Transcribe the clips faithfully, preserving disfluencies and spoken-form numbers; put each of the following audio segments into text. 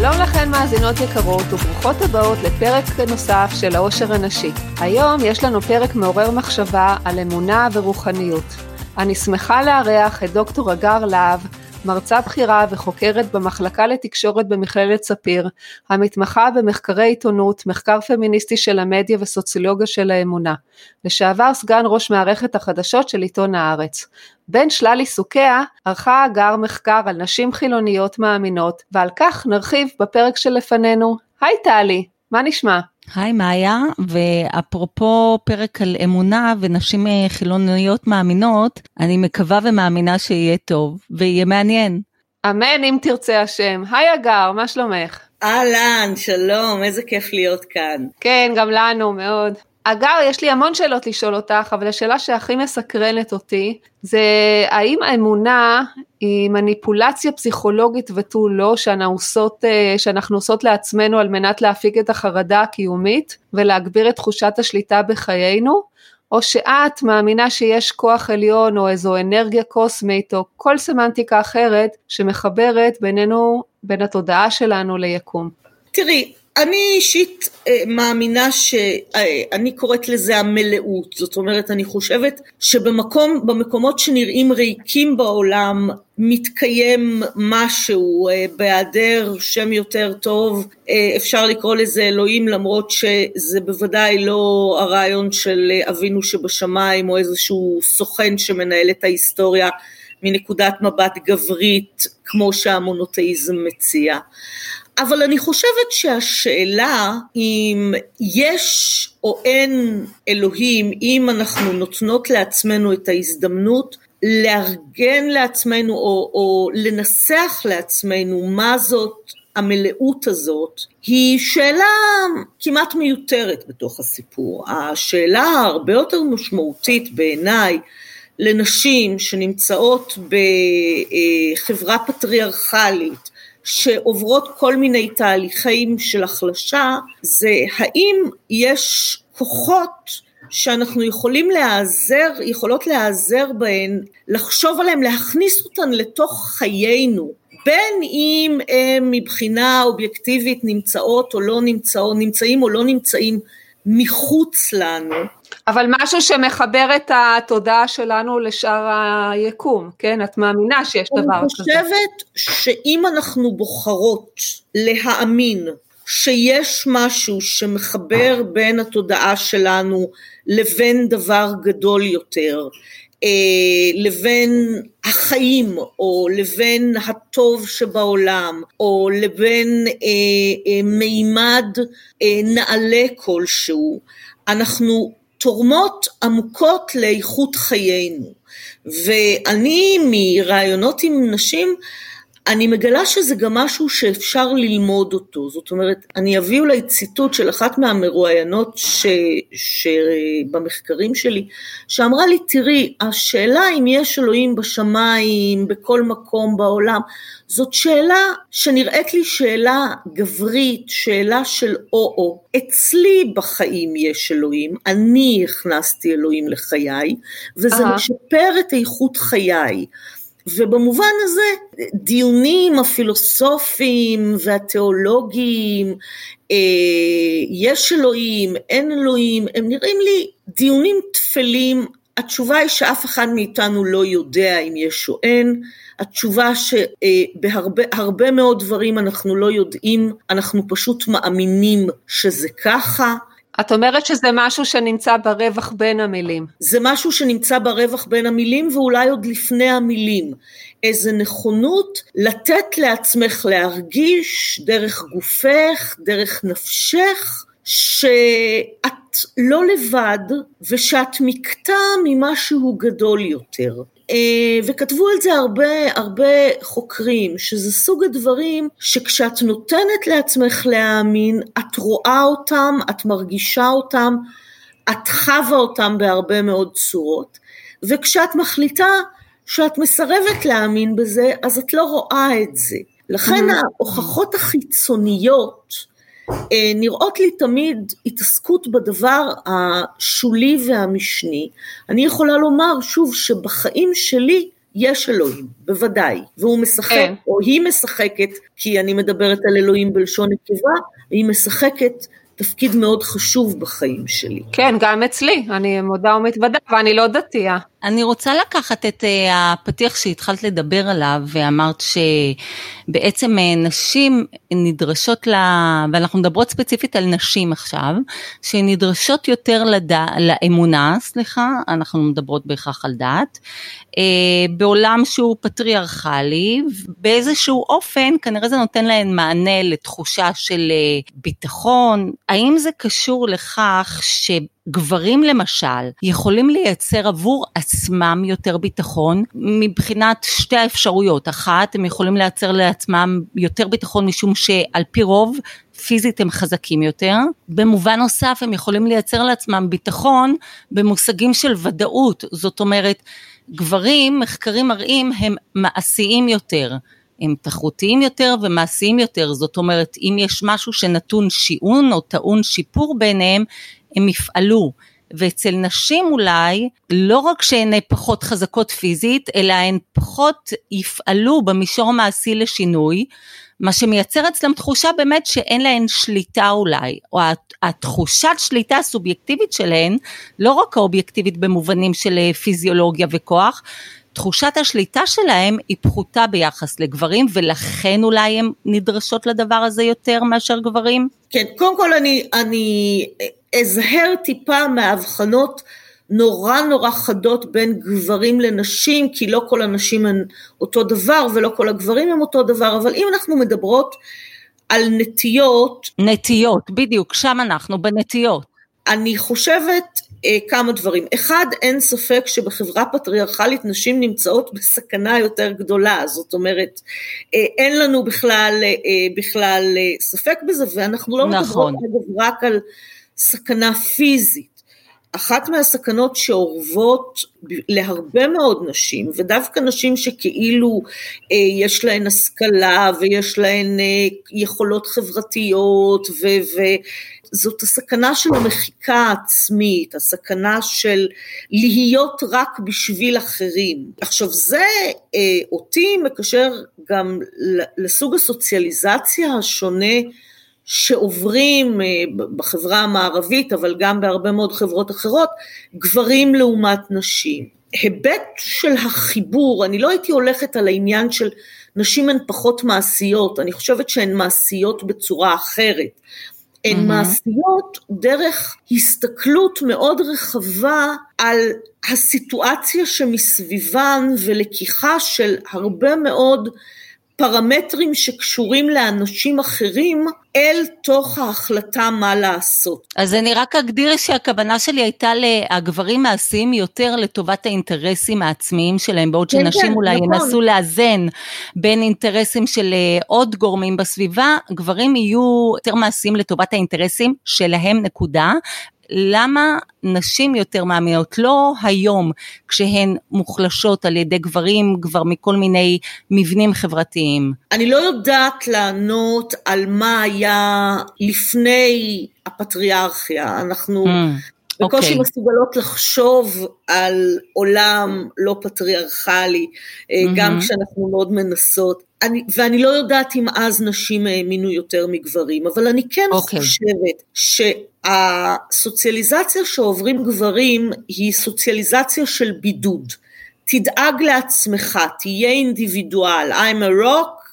שלום לכן מאזינות יקרות וברוכות הבאות לפרק נוסף של העושר הנשי. היום יש לנו פרק מעורר מחשבה על אמונה ורוחניות. אני שמחה לארח את דוקטור הגר להב, מרצה בכירה וחוקרת במחלקה לתקשורת במכללת ספיר, המתמחה במחקרי עיתונות, מחקר פמיניסטי של המדיה וסוציולוגיה של האמונה, לשעבר סגן ראש מערכת החדשות של עיתון הארץ. בין שלל עיסוקיה ערכה הגר מחקר על נשים חילוניות מאמינות, ועל כך נרחיב בפרק שלפנינו. היי טלי, מה נשמע? היי מאיה, ואפרופו פרק על אמונה ונשים חילוניות מאמינות, אני מקווה ומאמינה שיהיה טוב ויהיה מעניין. אמן אם תרצה השם. היי אגר, מה שלומך? אהלן, שלום, איזה כיף להיות כאן. כן, גם לנו מאוד. אגר, יש לי המון שאלות לשאול אותך, אבל השאלה שהכי מסקרנת אותי, זה האם האמונה היא מניפולציה פסיכולוגית ותו לא, שאנחנו עושות, שאנחנו עושות לעצמנו על מנת להפיג את החרדה הקיומית, ולהגביר את תחושת השליטה בחיינו, או שאת מאמינה שיש כוח עליון, או איזו אנרגיה קוסמית, או כל סמנטיקה אחרת, שמחברת בינינו, בין התודעה שלנו ליקום. תראי, אני אישית מאמינה שאני קוראת לזה המלאות, זאת אומרת אני חושבת שבמקום, במקומות שנראים ריקים בעולם מתקיים משהו, בהיעדר שם יותר טוב, אפשר לקרוא לזה אלוהים, למרות שזה בוודאי לא הרעיון של אבינו שבשמיים או איזשהו סוכן שמנהל את ההיסטוריה מנקודת מבט גברית כמו שהמונותאיזם מציע. אבל אני חושבת שהשאלה אם יש או אין אלוהים, אם אנחנו נותנות לעצמנו את ההזדמנות לארגן לעצמנו או, או לנסח לעצמנו מה זאת המלאות הזאת, היא שאלה כמעט מיותרת בתוך הסיפור. השאלה הרבה יותר משמעותית בעיניי לנשים שנמצאות בחברה פטריארכלית, שעוברות כל מיני תהליכים של החלשה, זה האם יש כוחות שאנחנו יכולים להיעזר, יכולות להיעזר בהן, לחשוב עליהן, להכניס אותן לתוך חיינו, בין אם הם מבחינה אובייקטיבית נמצאות או לא נמצאות, נמצאים או לא נמצאים מחוץ לנו. אבל משהו שמחבר את התודעה שלנו לשאר היקום, כן? את מאמינה שיש דבר כזה. אני חושבת שאם אנחנו בוחרות להאמין שיש משהו שמחבר בין התודעה שלנו לבין דבר גדול יותר, לבין החיים או לבין הטוב שבעולם או לבין מימד נעלה כלשהו, אנחנו תורמות עמוקות לאיכות חיינו. ואני מרעיונות עם נשים, אני מגלה שזה גם משהו שאפשר ללמוד אותו. זאת אומרת, אני אביא אולי ציטוט של אחת מהמרואיינות ש... שבמחקרים שלי, שאמרה לי, תראי, השאלה אם יש אלוהים בשמיים, בכל מקום בעולם, זאת שאלה שנראית לי שאלה גברית, שאלה של או-או. אצלי בחיים יש אלוהים, אני הכנסתי אלוהים לחיי, וזה uh-huh. משפר את איכות חיי. ובמובן הזה, דיונים הפילוסופיים והתיאולוגיים, אה, יש אלוהים, אין אלוהים, הם נראים לי דיונים תפלים. התשובה היא שאף אחד מאיתנו לא יודע אם יש או אין, התשובה שבהרבה הרבה מאוד דברים אנחנו לא יודעים, אנחנו פשוט מאמינים שזה ככה. את אומרת שזה משהו שנמצא ברווח בין המילים. זה משהו שנמצא ברווח בין המילים, ואולי עוד לפני המילים. איזו נכונות לתת לעצמך להרגיש דרך גופך, דרך נפשך, שאת לא לבד, ושאת מקטע ממשהו גדול יותר. וכתבו על זה הרבה, הרבה חוקרים, שזה סוג הדברים שכשאת נותנת לעצמך להאמין, את רואה אותם, את מרגישה אותם, את חווה אותם בהרבה מאוד צורות, וכשאת מחליטה שאת מסרבת להאמין בזה, אז את לא רואה את זה. לכן ההוכחות החיצוניות נראות לי תמיד התעסקות בדבר השולי והמשני. אני יכולה לומר שוב שבחיים שלי יש אלוהים, בוודאי, והוא משחק, כן. או היא משחקת, כי אני מדברת על אלוהים בלשון נקבה, והיא משחקת תפקיד מאוד חשוב בחיים שלי. כן, גם אצלי, אני מודה ומתוודה, ואני לא דתייה. אני רוצה לקחת את uh, הפתיח שהתחלת לדבר עליו, ואמרת שבעצם uh, נשים נדרשות, לה, ואנחנו מדברות ספציפית על נשים עכשיו, שנדרשות יותר לדע, לאמונה, סליחה, אנחנו מדברות בהכרח על דת, uh, בעולם שהוא פטריארכלי, באיזשהו אופן, כנראה זה נותן להן מענה לתחושה של uh, ביטחון. האם זה קשור לכך ש... גברים למשל יכולים לייצר עבור עצמם יותר ביטחון מבחינת שתי האפשרויות. אחת, הם יכולים לייצר לעצמם יותר ביטחון משום שעל פי רוב פיזית הם חזקים יותר. במובן נוסף הם יכולים לייצר לעצמם ביטחון במושגים של ודאות. זאת אומרת, גברים, מחקרים מראים, הם מעשיים יותר. הם תחרותיים יותר ומעשיים יותר. זאת אומרת, אם יש משהו שנתון שיעון או טעון שיפור ביניהם, הם יפעלו, ואצל נשים אולי, לא רק שהן פחות חזקות פיזית, אלא הן פחות יפעלו במישור המעשי לשינוי, מה שמייצר אצלם תחושה באמת שאין להן שליטה אולי, או התחושת שליטה הסובייקטיבית שלהן, לא רק האובייקטיבית במובנים של פיזיולוגיה וכוח, תחושת השליטה שלהם היא פחותה ביחס לגברים, ולכן אולי הן נדרשות לדבר הזה יותר מאשר גברים? כן, קודם כל אני, אני אזהר טיפה מההבחנות נורא נורא חדות בין גברים לנשים, כי לא כל הנשים הן אותו דבר, ולא כל הגברים הם אותו דבר, אבל אם אנחנו מדברות על נטיות... נטיות, בדיוק, שם אנחנו בנטיות. אני חושבת אה, כמה דברים. אחד, אין ספק שבחברה פטריארכלית נשים נמצאות בסכנה יותר גדולה, זאת אומרת, אה, אין לנו בכלל, אה, בכלל אה, ספק בזה, ואנחנו לא נכון. מדברות רק על סכנה פיזית. אחת מהסכנות שאורבות להרבה מאוד נשים, ודווקא נשים שכאילו אה, יש להן השכלה, ויש להן אה, יכולות חברתיות, ו... ו זאת הסכנה של המחיקה העצמית, הסכנה של להיות רק בשביל אחרים. עכשיו זה אה, אותי מקשר גם לסוג הסוציאליזציה השונה שעוברים אה, בחברה המערבית, אבל גם בהרבה מאוד חברות אחרות, גברים לעומת נשים. היבט של החיבור, אני לא הייתי הולכת על העניין של נשים הן פחות מעשיות, אני חושבת שהן מעשיות בצורה אחרת, הן mm-hmm. מעשיות דרך הסתכלות מאוד רחבה על הסיטואציה שמסביבן ולקיחה של הרבה מאוד פרמטרים שקשורים לאנשים אחרים אל תוך ההחלטה מה לעשות. אז אני רק אגדיר שהכוונה שלי הייתה להגברים מעשיים יותר לטובת האינטרסים העצמיים שלהם, בעוד כן, שנשים כן, אולי נכון. ינסו לאזן בין אינטרסים של עוד גורמים בסביבה, גברים יהיו יותר מעשיים לטובת האינטרסים שלהם נקודה. למה נשים יותר מאמינות? לא היום כשהן מוחלשות על ידי גברים כבר מכל מיני מבנים חברתיים. אני לא יודעת לענות על מה היה לפני הפטריארכיה, אנחנו mm, בקושי okay. מסוגלות לחשוב על עולם לא פטריארכלי, mm-hmm. גם כשאנחנו מאוד מנסות, אני, ואני לא יודעת אם אז נשים האמינו יותר מגברים, אבל אני כן okay. חושבת ש... הסוציאליזציה שעוברים גברים היא סוציאליזציה של בידוד. תדאג לעצמך, תהיה אינדיבידואל, I'm a rock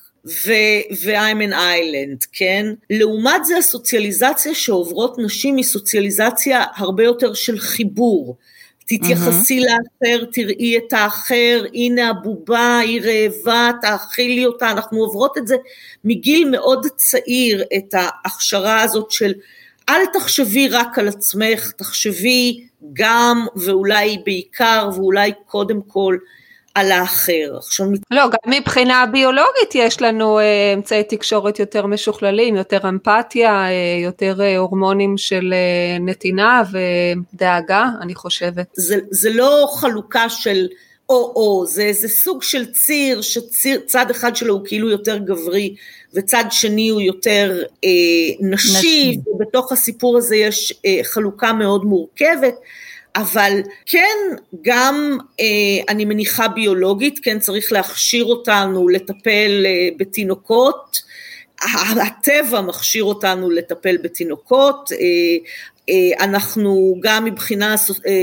ו-I'm an island, כן? לעומת זה הסוציאליזציה שעוברות נשים היא סוציאליזציה הרבה יותר של חיבור. תתייחסי mm-hmm. לאחר, תראי את האחר, הנה הבובה, היא רעבה, תאכילי אותה, אנחנו עוברות את זה מגיל מאוד צעיר, את ההכשרה הזאת של אל תחשבי רק על עצמך, תחשבי גם ואולי בעיקר ואולי קודם כל על האחר. עכשיו... לא, גם מבחינה ביולוגית יש לנו אה, אמצעי תקשורת יותר משוכללים, יותר אמפתיה, אה, יותר אה, הורמונים של אה, נתינה ודאגה, אני חושבת. זה, זה לא חלוקה של או-או, זה, זה סוג של ציר, שצד אחד שלו הוא כאילו יותר גברי, וצד שני הוא יותר אה, נשי, נשי, ובתוך הסיפור הזה יש אה, חלוקה מאוד מורכבת, אבל כן, גם אני מניחה ביולוגית, כן צריך להכשיר אותנו לטפל בתינוקות, הטבע מכשיר אותנו לטפל בתינוקות, אנחנו גם מבחינה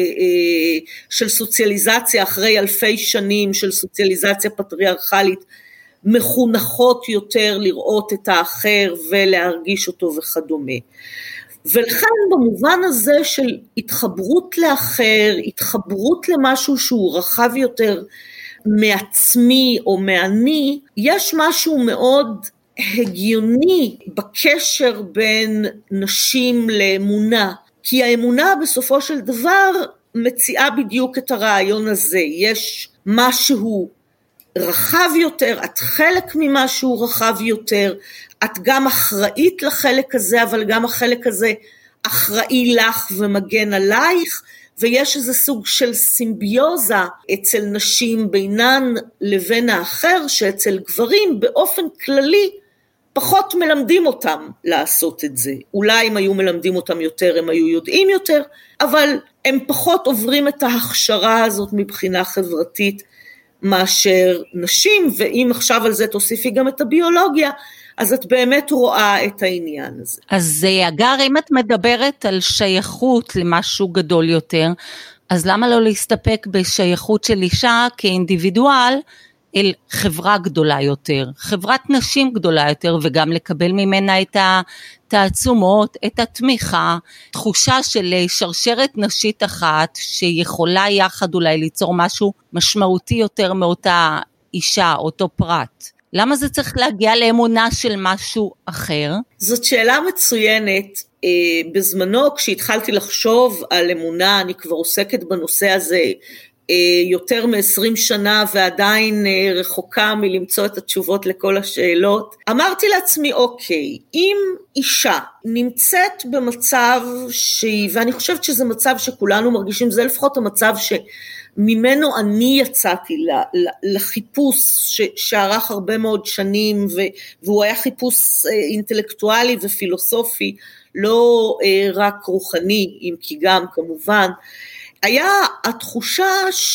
של סוציאליזציה, אחרי אלפי שנים של סוציאליזציה פטריארכלית, מחונכות יותר לראות את האחר ולהרגיש אותו וכדומה. ולכן במובן הזה של התחברות לאחר, התחברות למשהו שהוא רחב יותר מעצמי או מעני, יש משהו מאוד הגיוני בקשר בין נשים לאמונה, כי האמונה בסופו של דבר מציעה בדיוק את הרעיון הזה, יש משהו רחב יותר, את חלק ממשהו רחב יותר, את גם אחראית לחלק הזה, אבל גם החלק הזה אחראי לך ומגן עלייך, ויש איזה סוג של סימביוזה אצל נשים בינן לבין האחר, שאצל גברים באופן כללי פחות מלמדים אותם לעשות את זה. אולי אם היו מלמדים אותם יותר, הם היו יודעים יותר, אבל הם פחות עוברים את ההכשרה הזאת מבחינה חברתית מאשר נשים, ואם עכשיו על זה תוסיפי גם את הביולוגיה, אז את באמת רואה את העניין הזה. אז אגר, אם את מדברת על שייכות למשהו גדול יותר, אז למה לא להסתפק בשייכות של אישה כאינדיבידואל, אל חברה גדולה יותר, חברת נשים גדולה יותר, וגם לקבל ממנה את התעצומות, את התמיכה, תחושה של שרשרת נשית אחת, שיכולה יחד אולי ליצור משהו משמעותי יותר מאותה אישה, אותו פרט. למה זה צריך להגיע לאמונה של משהו אחר? זאת שאלה מצוינת. בזמנו כשהתחלתי לחשוב על אמונה, אני כבר עוסקת בנושא הזה יותר מ-עשרים שנה ועדיין רחוקה מלמצוא את התשובות לכל השאלות. אמרתי לעצמי, אוקיי, אם אישה נמצאת במצב שהיא, ואני חושבת שזה מצב שכולנו מרגישים, זה לפחות המצב שממנו אני יצאתי לחיפוש שערך הרבה מאוד שנים, והוא היה חיפוש אינטלקטואלי ופילוסופי, לא רק רוחני, אם כי גם כמובן, היה התחושה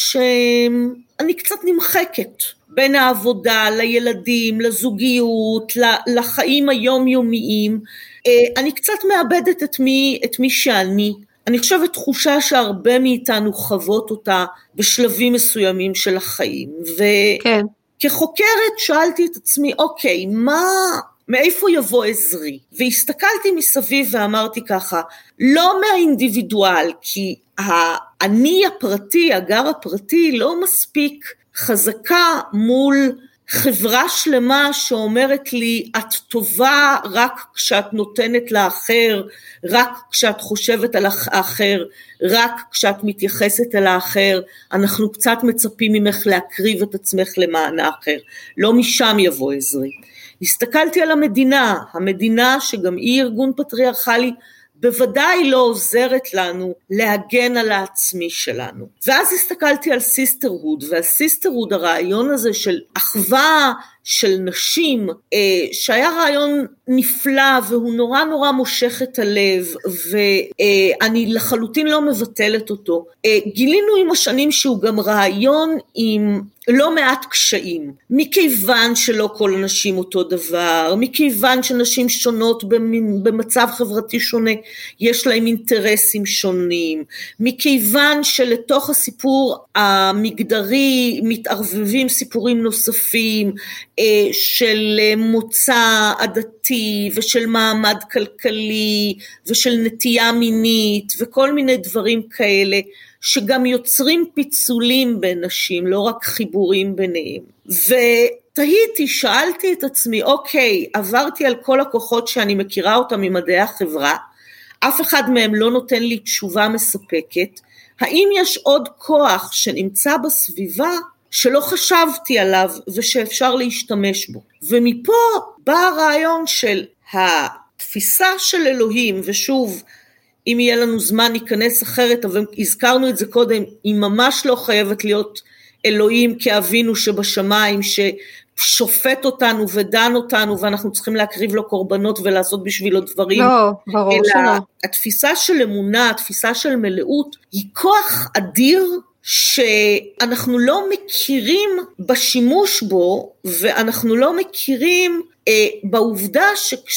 שאני קצת נמחקת בין העבודה, לילדים, לזוגיות, לחיים היומיומיים, אני קצת מאבדת את מי, את מי שאני, אני חושבת תחושה שהרבה מאיתנו חוות אותה בשלבים מסוימים של החיים, וכחוקרת שאלתי את עצמי, אוקיי, מה... מאיפה יבוא עזרי? והסתכלתי מסביב ואמרתי ככה, לא מהאינדיבידואל, כי האני הפרטי, הגר הפרטי, לא מספיק חזקה מול חברה שלמה שאומרת לי, את טובה רק כשאת נותנת לאחר, רק כשאת חושבת על האחר, רק כשאת מתייחסת אל האחר, אנחנו קצת מצפים ממך להקריב את עצמך למען האחר, לא משם יבוא עזרי. הסתכלתי על המדינה, המדינה שגם היא ארגון פטריארכלי, בוודאי לא עוזרת לנו להגן על העצמי שלנו. ואז הסתכלתי על סיסטרהוד, והסיסטרהוד, הרעיון הזה של אחווה של נשים, שהיה רעיון נפלא, והוא נורא נורא מושך את הלב, ואני לחלוטין לא מבטלת אותו. גילינו עם השנים שהוא גם רעיון עם לא מעט קשיים, מכיוון שלא כל הנשים אותו דבר, מכיוון שנשים שונות במצב חברתי שונה, יש להם אינטרסים שונים, מכיוון שלתוך הסיפור המגדרי מתערבבים סיפורים נוספים, של מוצא עדתי ושל מעמד כלכלי ושל נטייה מינית וכל מיני דברים כאלה שגם יוצרים פיצולים בין נשים, לא רק חיבורים ביניהם. ותהיתי, שאלתי את עצמי, אוקיי, עברתי על כל הכוחות שאני מכירה אותם ממדעי החברה, אף אחד מהם לא נותן לי תשובה מספקת, האם יש עוד כוח שנמצא בסביבה שלא חשבתי עליו ושאפשר להשתמש בו? ומפה בא הרעיון של התפיסה של אלוהים, ושוב, אם יהיה לנו זמן ניכנס אחרת, אבל הזכרנו את זה קודם, היא ממש לא חייבת להיות אלוהים כאבינו שבשמיים, שופט אותנו ודן אותנו, ואנחנו צריכים להקריב לו קורבנות ולעשות בשבילו דברים. לא, ברור שלא. התפיסה של אמונה, התפיסה של מלאות, היא כוח אדיר, שאנחנו לא מכירים בשימוש בו, ואנחנו לא מכירים אה, בעובדה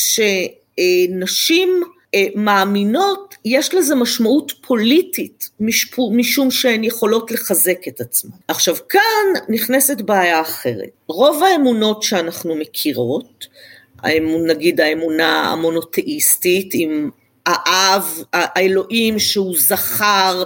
שכשנשים אה, מאמינות, יש לזה משמעות פוליטית, משפו, משום שהן יכולות לחזק את עצמן. עכשיו כאן נכנסת בעיה אחרת. רוב האמונות שאנחנו מכירות, האמון, נגיד האמונה המונותאיסטית, עם האב, האלוהים שהוא זכר,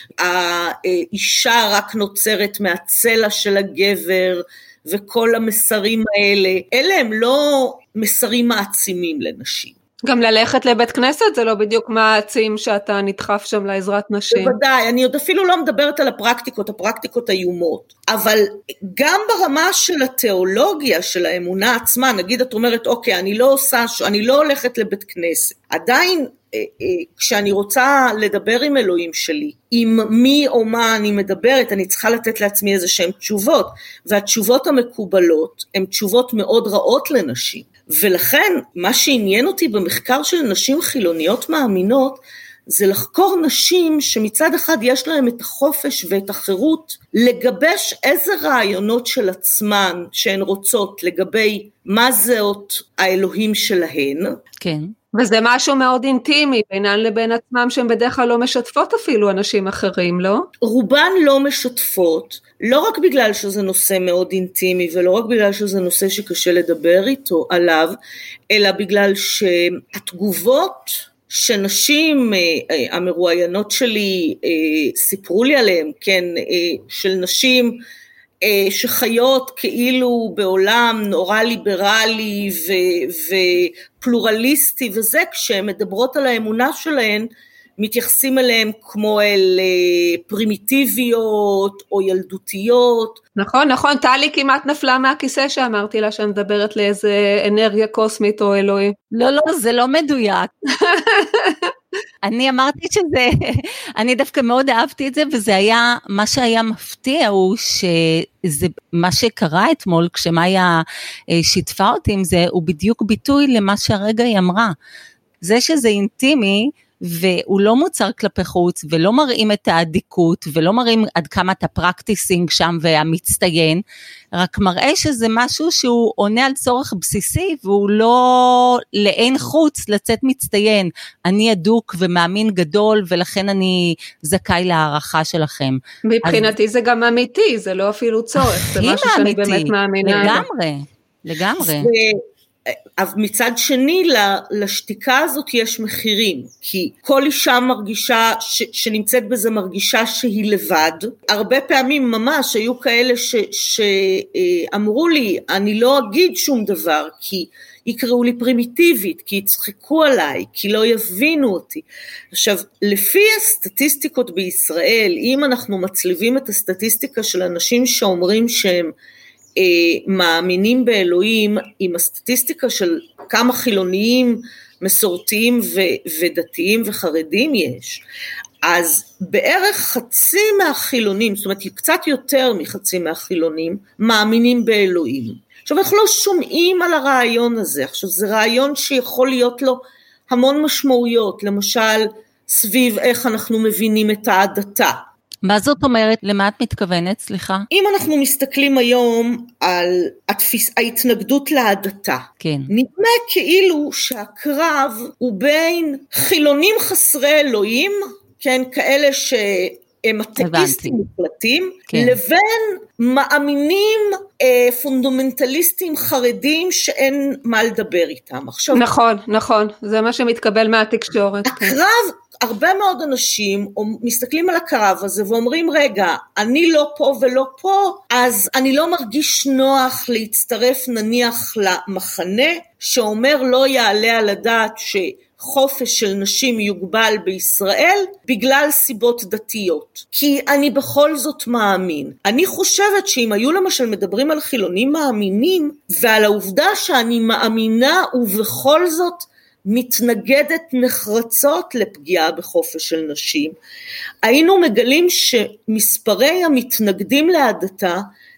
האישה רק נוצרת מהצלע של הגבר, וכל המסרים האלה, אלה הם לא מסרים מעצימים לנשים. גם ללכת לבית כנסת זה לא בדיוק מעצים שאתה נדחף שם לעזרת נשים. בוודאי, אני עוד אפילו לא מדברת על הפרקטיקות, הפרקטיקות איומות, אבל גם ברמה של התיאולוגיה, של האמונה עצמה, נגיד את אומרת, אוקיי, אני לא עושה, אני לא הולכת לבית כנסת, עדיין, כשאני רוצה לדבר עם אלוהים שלי, עם מי או מה אני מדברת, אני צריכה לתת לעצמי איזה שהן תשובות, והתשובות המקובלות הן תשובות מאוד רעות לנשים, ולכן מה שעניין אותי במחקר של נשים חילוניות מאמינות, זה לחקור נשים שמצד אחד יש להם את החופש ואת החירות, לגבש איזה רעיונות של עצמן שהן רוצות לגבי מה זאת האלוהים שלהן. כן. וזה משהו מאוד אינטימי, בינן לבין עצמם, שהן בדרך כלל לא משתפות אפילו אנשים אחרים, לא? רובן לא משתפות, לא רק בגלל שזה נושא מאוד אינטימי, ולא רק בגלל שזה נושא שקשה לדבר איתו עליו, אלא בגלל שהתגובות שנשים, המרואיינות שלי סיפרו לי עליהם, כן, של נשים שחיות כאילו בעולם נורא ליברלי ו- ופלורליסטי וזה, כשהן מדברות על האמונה שלהן, מתייחסים אליהם כמו אל פרימיטיביות או ילדותיות. נכון, נכון, טלי כמעט נפלה מהכיסא שאמרתי לה שאני מדברת לאיזה אנרגיה קוסמית או אלוהי. לא, לא, זה לא מדויק. אני אמרתי שזה, אני דווקא מאוד אהבתי את זה, וזה היה, מה שהיה מפתיע הוא שזה, מה שקרה אתמול, כשמאיה שיתפה אותי עם זה, הוא בדיוק ביטוי למה שהרגע היא אמרה. זה שזה אינטימי, והוא לא מוצר כלפי חוץ, ולא מראים את העדיקות, ולא מראים עד כמה אתה פרקטיסינג שם, והמצטיין, רק מראה שזה משהו שהוא עונה על צורך בסיסי, והוא לא לאין חוץ לצאת מצטיין, אני אדוק ומאמין גדול, ולכן אני זכאי להערכה שלכם. מבחינתי אז... זה גם אמיתי, זה לא אפילו צורך, זה משהו שאני אמיתי, באמת מאמינה. לגמרי, לגמרי. זה... מצד שני, לשתיקה הזאת יש מחירים, כי כל אישה מרגישה, ש, שנמצאת בזה מרגישה שהיא לבד, הרבה פעמים ממש היו כאלה ש, שאמרו לי, אני לא אגיד שום דבר, כי יקראו לי פרימיטיבית, כי יצחקו עליי, כי לא יבינו אותי. עכשיו, לפי הסטטיסטיקות בישראל, אם אנחנו מצליבים את הסטטיסטיקה של אנשים שאומרים שהם, מאמינים באלוהים, עם הסטטיסטיקה של כמה חילוניים, מסורתיים ו- ודתיים וחרדים יש, אז בערך חצי מהחילונים, זאת אומרת קצת יותר מחצי מהחילונים, מאמינים באלוהים. עכשיו אנחנו לא שומעים על הרעיון הזה, עכשיו זה רעיון שיכול להיות לו המון משמעויות, למשל סביב איך אנחנו מבינים את ההדתה, מה זאת אומרת? למה את מתכוונת? סליחה. אם אנחנו מסתכלים היום על התפיס, ההתנגדות להדתה, כן. נדמה כאילו שהקרב הוא בין חילונים חסרי אלוהים, כן, כאלה שהם אתאיסטים מוחלטים, כן. לבין מאמינים אה, פונדמנטליסטים חרדים שאין מה לדבר איתם. עכשיו, נכון, נכון, זה מה שמתקבל מהתקשורת. הקרב, הרבה מאוד אנשים מסתכלים על הקרב הזה ואומרים, רגע, אני לא פה ולא פה, אז אני לא מרגיש נוח להצטרף נניח למחנה, שאומר לא יעלה על הדעת שחופש של נשים יוגבל בישראל, בגלל סיבות דתיות. כי אני בכל זאת מאמין. אני חושבת שאם היו למשל מדברים על חילונים מאמינים, ועל העובדה שאני מאמינה ובכל זאת, מתנגדת נחרצות לפגיעה בחופש של נשים, היינו מגלים שמספרי המתנגדים להדתה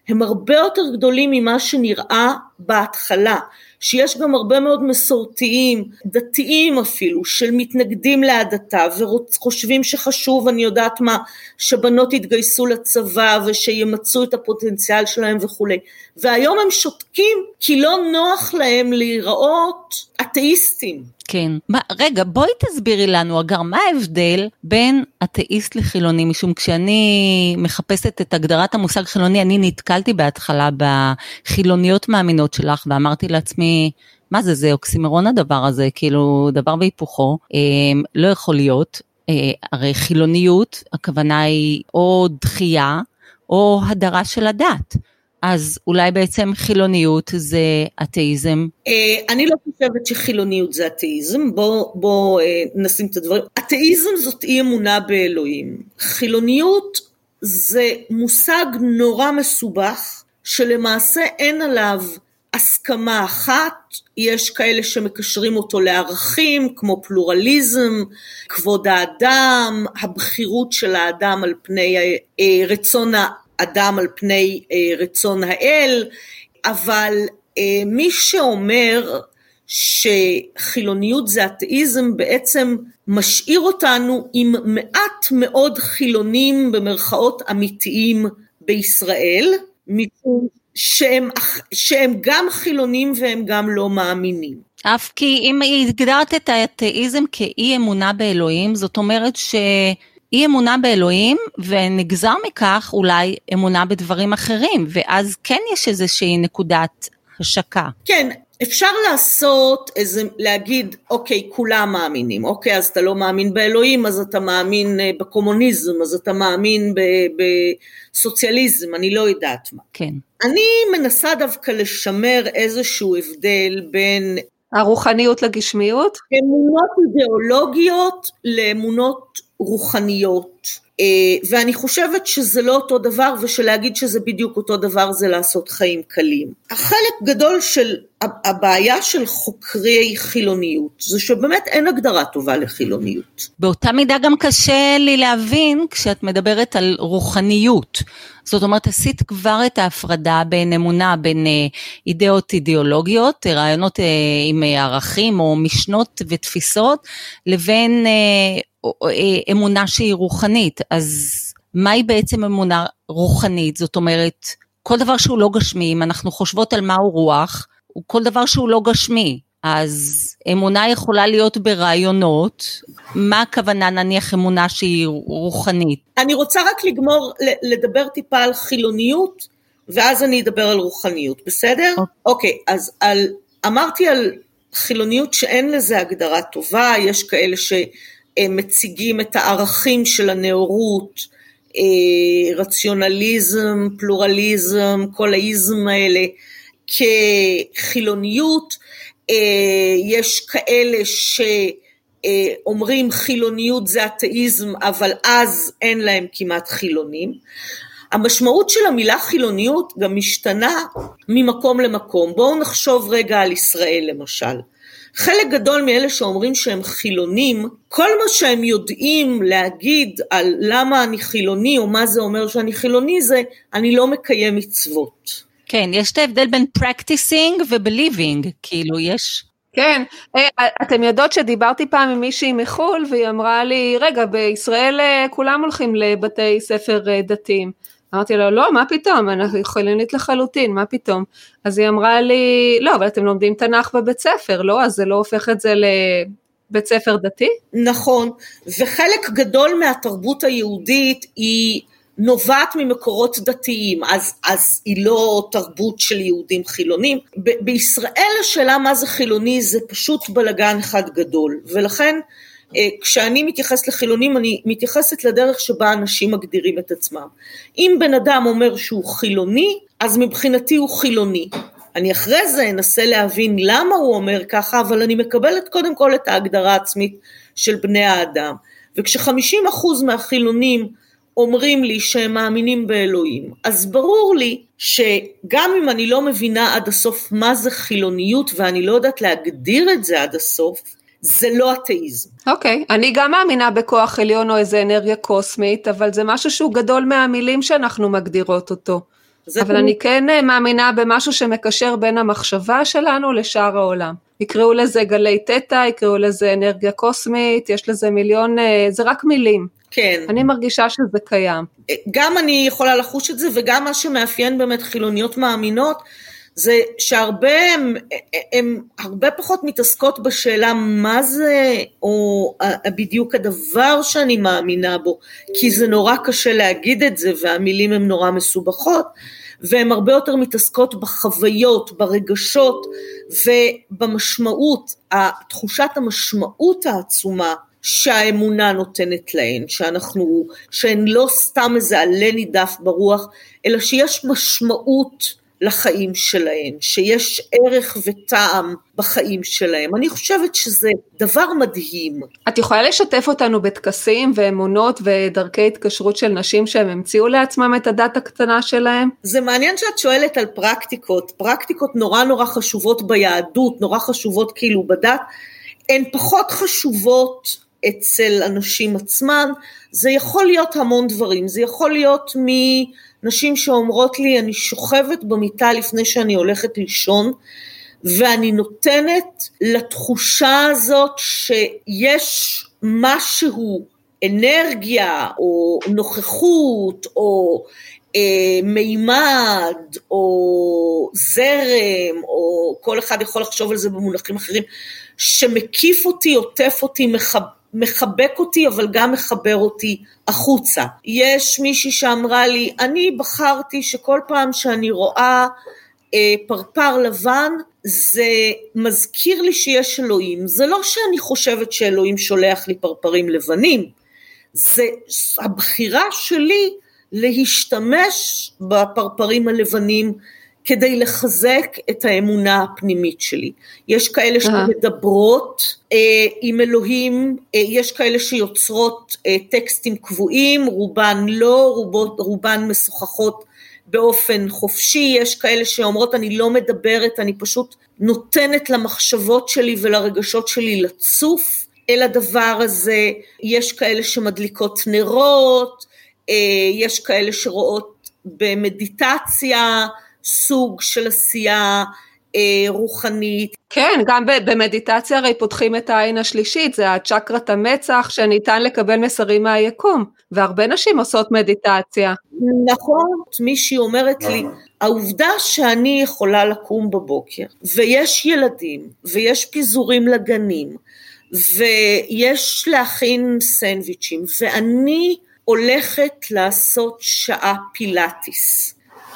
הם הרבה יותר גדולים ממה שנראה בהתחלה, שיש גם הרבה מאוד מסורתיים, דתיים אפילו, של מתנגדים להדתה, וחושבים שחשוב, אני יודעת מה, שבנות יתגייסו לצבא, ושימצאו את הפוטנציאל שלהם וכו'. והיום הם שותקים, כי לא נוח להם להיראות אתאיסטים. כן. מה, רגע, בואי תסבירי לנו, אגר, מה ההבדל בין אתאיסט לחילוני? משום כשאני מחפשת את הגדרת המושג חילוני, אני נתקלתי בהתחלה בחילוניות מאמינות שלך, ואמרתי לעצמי, מה זה, זה אוקסימרון הדבר הזה, כאילו דבר בהיפוכו, אה, לא יכול להיות, אה, הרי חילוניות, הכוונה היא או דחייה, או הדרה של הדת. אז אולי בעצם חילוניות זה אתאיזם? אני לא חושבת שחילוניות זה אתאיזם, בוא, בוא נשים את הדברים. אתאיזם זאת אי אמונה באלוהים. חילוניות זה מושג נורא מסובך, שלמעשה אין עליו הסכמה אחת, יש כאלה שמקשרים אותו לערכים, כמו פלורליזם, כבוד האדם, הבחירות של האדם על פני רצון האדם, אדם על פני אה, רצון האל, אבל אה, מי שאומר שחילוניות זה אתאיזם בעצם משאיר אותנו עם מעט מאוד חילונים במרכאות אמיתיים בישראל, משום שהם, שהם גם חילונים והם גם לא מאמינים. אף כי אם הגדרת את האתאיזם כאי אמונה באלוהים, זאת אומרת ש... אי אמונה באלוהים, ונגזר מכך אולי אמונה בדברים אחרים, ואז כן יש איזושהי נקודת השקה. כן, אפשר לעשות איזה, להגיד, אוקיי, כולם מאמינים, אוקיי, אז אתה לא מאמין באלוהים, אז אתה מאמין בקומוניזם, אז אתה מאמין בסוציאליזם, אני לא יודעת מה. כן. אני מנסה דווקא לשמר איזשהו הבדל בין... הרוחניות לגשמיות? אמונות אידיאולוגיות לאמונות רוחניות, ואני חושבת שזה לא אותו דבר, ושלהגיד שזה בדיוק אותו דבר זה לעשות חיים קלים. החלק גדול של הבעיה של חוקרי חילוניות, זה שבאמת אין הגדרה טובה לחילוניות. באותה מידה גם קשה לי להבין, כשאת מדברת על רוחניות, זאת אומרת, עשית כבר את ההפרדה בין אמונה, בין אידאות אידיאולוגיות, רעיונות עם ערכים או משנות ותפיסות, לבין אמונה שהיא רוחנית. אז מהי בעצם אמונה רוחנית? זאת אומרת, כל דבר שהוא לא גשמי, אם אנחנו חושבות על מהו רוח, הוא כל דבר שהוא לא גשמי. אז אמונה יכולה להיות ברעיונות, מה הכוונה נניח אמונה שהיא רוחנית? אני רוצה רק לגמור, לדבר טיפה על חילוניות, ואז אני אדבר על רוחניות, בסדר? אוקיי, okay. okay, אז על, אמרתי על חילוניות שאין לזה הגדרה טובה, יש כאלה שמציגים את הערכים של הנאורות, רציונליזם, פלורליזם, כל האיזם האלה, כחילוניות, יש כאלה שאומרים חילוניות זה אתאיזם, אבל אז אין להם כמעט חילונים. המשמעות של המילה חילוניות גם משתנה ממקום למקום. בואו נחשוב רגע על ישראל למשל. חלק גדול מאלה שאומרים שהם חילונים, כל מה שהם יודעים להגיד על למה אני חילוני, או מה זה אומר שאני חילוני, זה אני לא מקיים מצוות. כן, יש את ההבדל בין practicing ו-believing, כאילו יש... כן, אתם יודעות שדיברתי פעם עם מישהי מחול, והיא אמרה לי, רגע, בישראל כולם הולכים לבתי ספר דתיים. אמרתי לה, לא, מה פתאום, אנחנו חילונית לחלוטין, מה פתאום? אז היא אמרה לי, לא, אבל אתם לומדים תנ"ך בבית ספר, לא? אז זה לא הופך את זה לבית ספר דתי? נכון, וחלק גדול מהתרבות היהודית היא... נובעת ממקורות דתיים, אז, אז היא לא תרבות של יהודים חילונים. ב- בישראל השאלה מה זה חילוני זה פשוט בלגן אחד גדול, ולכן אה, כשאני מתייחסת לחילונים אני מתייחסת לדרך שבה אנשים מגדירים את עצמם. אם בן אדם אומר שהוא חילוני, אז מבחינתי הוא חילוני. אני אחרי זה אנסה להבין למה הוא אומר ככה, אבל אני מקבלת קודם כל את ההגדרה העצמית של בני האדם. וכש-חמישים אחוז מהחילונים אומרים לי שהם מאמינים באלוהים, אז ברור לי שגם אם אני לא מבינה עד הסוף מה זה חילוניות, ואני לא יודעת להגדיר את זה עד הסוף, זה לא אתאיזם. אוקיי, okay. אני גם מאמינה בכוח עליון או איזה אנרגיה קוסמית, אבל זה משהו שהוא גדול מהמילים שאנחנו מגדירות אותו. אבל אני כן מאמינה במשהו שמקשר בין המחשבה שלנו לשאר העולם. יקראו לזה גלי תטא, יקראו לזה אנרגיה קוסמית, יש לזה מיליון, זה רק מילים. כן. אני מרגישה שזה קיים. גם אני יכולה לחוש את זה, וגם מה שמאפיין באמת חילוניות מאמינות, זה שהרבה הם, הם הרבה פחות מתעסקות בשאלה מה זה, או בדיוק הדבר שאני מאמינה בו, כי זה נורא קשה להגיד את זה, והמילים הן נורא מסובכות, והן הרבה יותר מתעסקות בחוויות, ברגשות, ובמשמעות, תחושת המשמעות העצומה, שהאמונה נותנת להן, שאנחנו, שהן לא סתם איזה עלה נידף ברוח, אלא שיש משמעות לחיים שלהם, שיש ערך וטעם בחיים שלהם. אני חושבת שזה דבר מדהים. את יכולה לשתף אותנו בטקסים ואמונות ודרכי התקשרות של נשים שהם המציאו לעצמם את הדת הקטנה שלהם? זה מעניין שאת שואלת על פרקטיקות, פרקטיקות נורא נורא חשובות ביהדות, נורא חשובות כאילו בדת, הן פחות חשובות אצל אנשים עצמן, זה יכול להיות המון דברים, זה יכול להיות מנשים שאומרות לי, אני שוכבת במיטה לפני שאני הולכת לישון, ואני נותנת לתחושה הזאת שיש משהו, אנרגיה או נוכחות או אה, מימד או זרם, או כל אחד יכול לחשוב על זה במונחים אחרים, שמקיף אותי, עוטף אותי, מחב, מחבק אותי, אבל גם מחבר אותי החוצה. יש מישהי שאמרה לי, אני בחרתי שכל פעם שאני רואה אה, פרפר לבן, זה מזכיר לי שיש אלוהים. זה לא שאני חושבת שאלוהים שולח לי פרפרים לבנים, זה הבחירה שלי להשתמש בפרפרים הלבנים, כדי לחזק את האמונה הפנימית שלי. יש כאלה שמדברות אה, עם אלוהים, אה, יש כאלה שיוצרות אה, טקסטים קבועים, רובן לא, רובות, רובן משוחחות באופן חופשי, יש כאלה שאומרות אני לא מדברת, אני פשוט נותנת למחשבות שלי ולרגשות שלי לצוף אל הדבר הזה, יש כאלה שמדליקות נרות, אה, יש כאלה שרואות במדיטציה, סוג של עשייה אה, רוחנית. כן, גם במדיטציה הרי פותחים את העין השלישית, זה הצ'קרת המצח שניתן לקבל מסרים מהיקום, והרבה נשים עושות מדיטציה. נכון, מישהי אומרת לי, העובדה שאני יכולה לקום בבוקר, ויש ילדים, ויש פיזורים לגנים, ויש להכין סנדוויצ'ים, ואני הולכת לעשות שעה פילאטיס,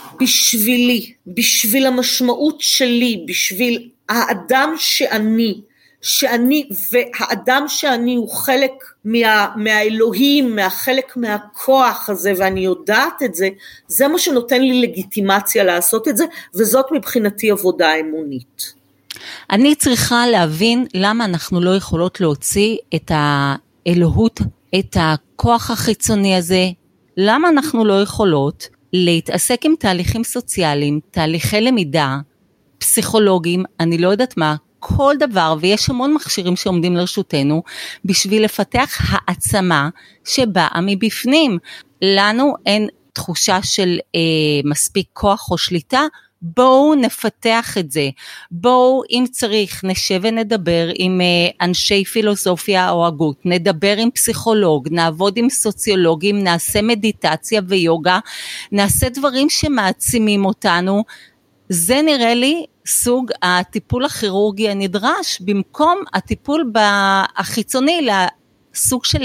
בשבילי, בשביל המשמעות שלי, בשביל האדם שאני, שאני והאדם שאני הוא חלק מה, מהאלוהים, מהחלק מהכוח הזה, ואני יודעת את זה, זה מה שנותן לי לגיטימציה לעשות את זה, וזאת מבחינתי עבודה אמונית. אני צריכה להבין למה אנחנו לא יכולות להוציא את האלוהות, את הכוח החיצוני הזה, למה אנחנו לא יכולות להתעסק עם תהליכים סוציאליים, תהליכי למידה, פסיכולוגיים, אני לא יודעת מה, כל דבר, ויש המון מכשירים שעומדים לרשותנו, בשביל לפתח העצמה שבאה מבפנים. לנו אין תחושה של אה, מספיק כוח או שליטה, בואו נפתח את זה, בואו אם צריך נשב ונדבר עם אנשי פילוסופיה או הגות, נדבר עם פסיכולוג, נעבוד עם סוציולוגים, נעשה מדיטציה ויוגה, נעשה דברים שמעצימים אותנו, זה נראה לי סוג הטיפול הכירורגי הנדרש, במקום הטיפול החיצוני, לסוג של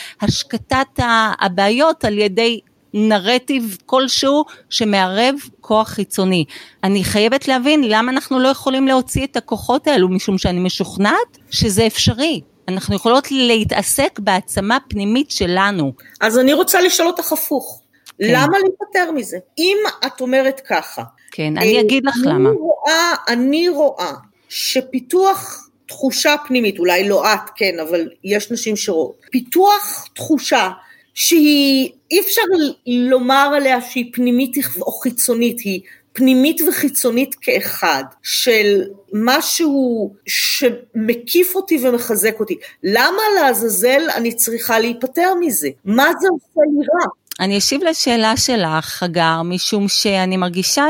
השקטת הבעיות על ידי נרטיב כלשהו שמערב כוח חיצוני. אני חייבת להבין למה אנחנו לא יכולים להוציא את הכוחות האלו, משום שאני משוכנעת שזה אפשרי. אנחנו יכולות להתעסק בעצמה פנימית שלנו. אז אני רוצה לשאול אותך הפוך. כן. למה להיפטר מזה? אם את אומרת ככה. כן, אני אגיד לך אני למה. רואה, אני רואה שפיתוח תחושה פנימית, אולי לא את, כן, אבל יש נשים שרואות. פיתוח תחושה שהיא, אי אפשר לומר עליה שהיא פנימית או חיצונית, היא פנימית וחיצונית כאחד, של משהו שמקיף אותי ומחזק אותי. למה לעזאזל אני צריכה להיפטר מזה? מה זה עושה לי רע? אני אשיב לשאלה שלך, אגר, משום שאני מרגישה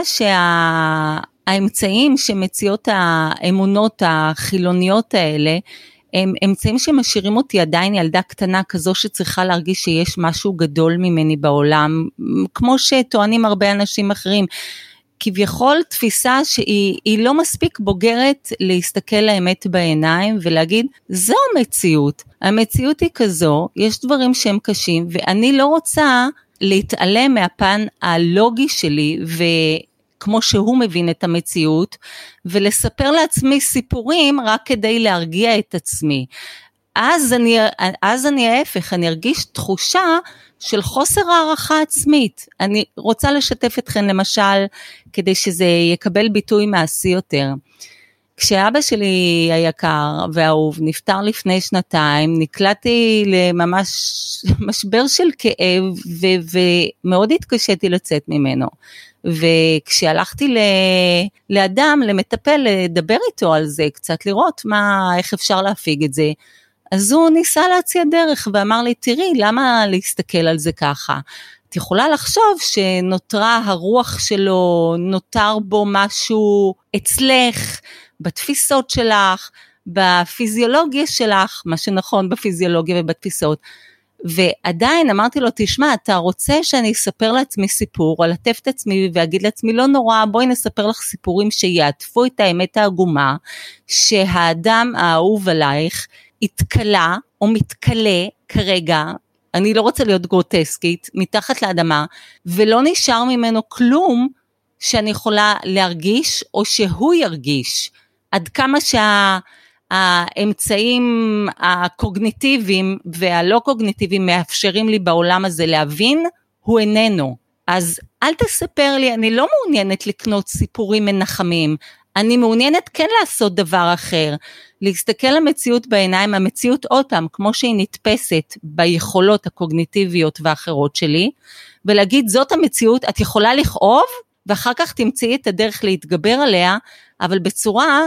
שהאמצעים שמציעות האמונות החילוניות האלה, הם אמצעים שמשאירים אותי עדיין ילדה קטנה כזו שצריכה להרגיש שיש משהו גדול ממני בעולם, כמו שטוענים הרבה אנשים אחרים, כביכול תפיסה שהיא לא מספיק בוגרת להסתכל לאמת בעיניים ולהגיד, זו המציאות, המציאות היא כזו, יש דברים שהם קשים, ואני לא רוצה להתעלם מהפן הלוגי שלי, וכמו שהוא מבין את המציאות, ולספר לעצמי סיפורים רק כדי להרגיע את עצמי. אז אני, אז אני ההפך, אני ארגיש תחושה של חוסר הערכה עצמית. אני רוצה לשתף אתכם למשל, כדי שזה יקבל ביטוי מעשי יותר. כשאבא שלי היקר והאהוב נפטר לפני שנתיים, נקלעתי לממש משבר של כאב, ו- ומאוד התקשיתי לצאת ממנו. וכשהלכתי ל- לאדם, למטפל, לדבר איתו על זה, קצת לראות מה, איך אפשר להפיג את זה, אז הוא ניסה להציע דרך ואמר לי, תראי, למה להסתכל על זה ככה? את יכולה לחשוב שנותרה הרוח שלו, נותר בו משהו אצלך, בתפיסות שלך, בפיזיולוגיה שלך, מה שנכון בפיזיולוגיה ובתפיסות. ועדיין אמרתי לו, תשמע, אתה רוצה שאני אספר לעצמי סיפור, או לטף את עצמי ואגיד לעצמי, לא נורא, בואי נספר לך סיפורים שיעטפו את האמת העגומה, שהאדם האהוב עלייך, התקלה או מתקלה כרגע, אני לא רוצה להיות גרוטסקית, מתחת לאדמה, ולא נשאר ממנו כלום שאני יכולה להרגיש, או שהוא ירגיש, עד כמה שהאמצעים הקוגניטיביים והלא קוגניטיביים מאפשרים לי בעולם הזה להבין, הוא איננו. אז אל תספר לי, אני לא מעוניינת לקנות סיפורים מנחמים, אני מעוניינת כן לעשות דבר אחר, להסתכל למציאות בעיניים, המציאות עוד פעם, כמו שהיא נתפסת ביכולות הקוגניטיביות והאחרות שלי, ולהגיד זאת המציאות, את יכולה לכאוב, ואחר כך תמצאי את הדרך להתגבר עליה, אבל בצורה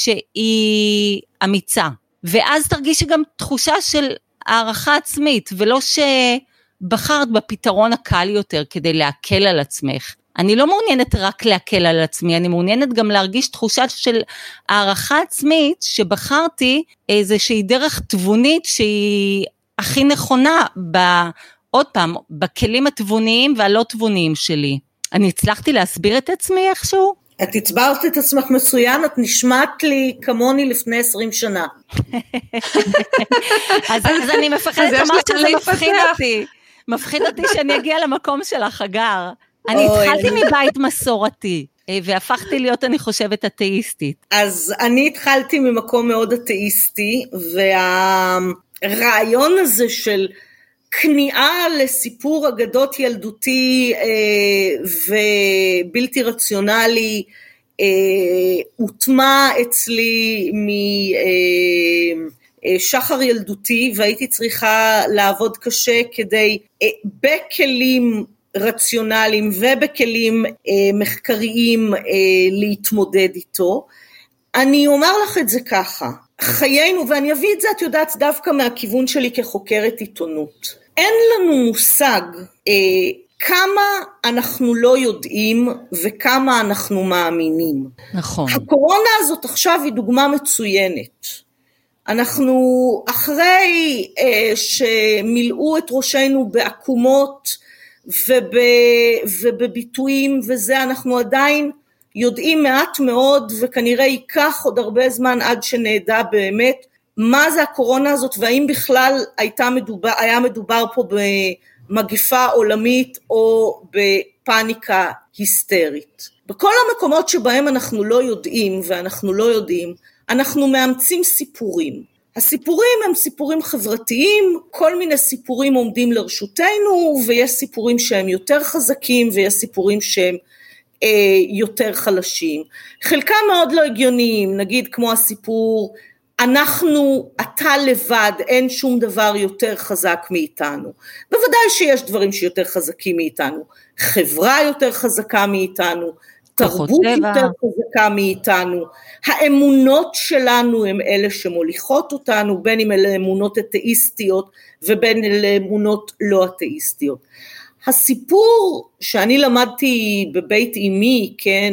שהיא אמיצה, ואז תרגישי גם תחושה של הערכה עצמית, ולא שבחרת בפתרון הקל יותר, כדי להקל על עצמך, אני לא מעוניינת רק להקל על עצמי, אני מעוניינת גם להרגיש תחושה של הערכה עצמית, שבחרתי איזושהי דרך תבונית, שהיא הכי נכונה, ב, עוד פעם, בכלים התבוניים והלא תבוניים שלי. אני הצלחתי להסביר את עצמי איכשהו? את הצברת את עצמך מצוין, את נשמעת לי כמוני לפני עשרים שנה. אז, אז אני מפחדת לומר שזה מפחיד אותי, מפחיד אותי שאני אגיע למקום שלך, אגר. אני התחלתי מבית מסורתי, והפכתי להיות, אני חושבת, אתאיסטית. אז אני התחלתי ממקום מאוד אתאיסטי, והרעיון הזה של כניעה לסיפור אגדות ילדותי ובלתי רציונלי, הוטמע אצלי משחר ילדותי, והייתי צריכה לעבוד קשה כדי בכלים רציונליים ובכלים אה, מחקריים אה, להתמודד איתו. אני אומר לך את זה ככה, חיינו, ואני אביא את זה, את יודעת, דווקא מהכיוון שלי כחוקרת עיתונות. אין לנו מושג אה, כמה אנחנו לא יודעים וכמה אנחנו מאמינים. נכון. הקורונה הזאת עכשיו היא דוגמה מצוינת. אנחנו אחרי אה, שמילאו את ראשנו בעקומות, וב, ובביטויים וזה, אנחנו עדיין יודעים מעט מאוד, וכנראה ייקח עוד הרבה זמן עד שנדע באמת מה זה הקורונה הזאת, והאם בכלל הייתה מדובר, היה מדובר פה במגיפה עולמית או בפאניקה היסטרית. בכל המקומות שבהם אנחנו לא יודעים ואנחנו לא יודעים, אנחנו מאמצים סיפורים. הסיפורים הם סיפורים חברתיים, כל מיני סיפורים עומדים לרשותנו, ויש סיפורים שהם יותר חזקים, ויש סיפורים שהם אה, יותר חלשים. חלקם מאוד לא הגיוניים, נגיד כמו הסיפור, אנחנו, אתה לבד, אין שום דבר יותר חזק מאיתנו. בוודאי שיש דברים שיותר חזקים מאיתנו, חברה יותר חזקה מאיתנו, תרבות יותר חזקה מאיתנו, האמונות שלנו הם אלה שמוליכות אותנו, בין אם אלה אמונות אתאיסטיות ובין אלה אמונות לא אתאיסטיות. הסיפור שאני למדתי בבית אמי, כן,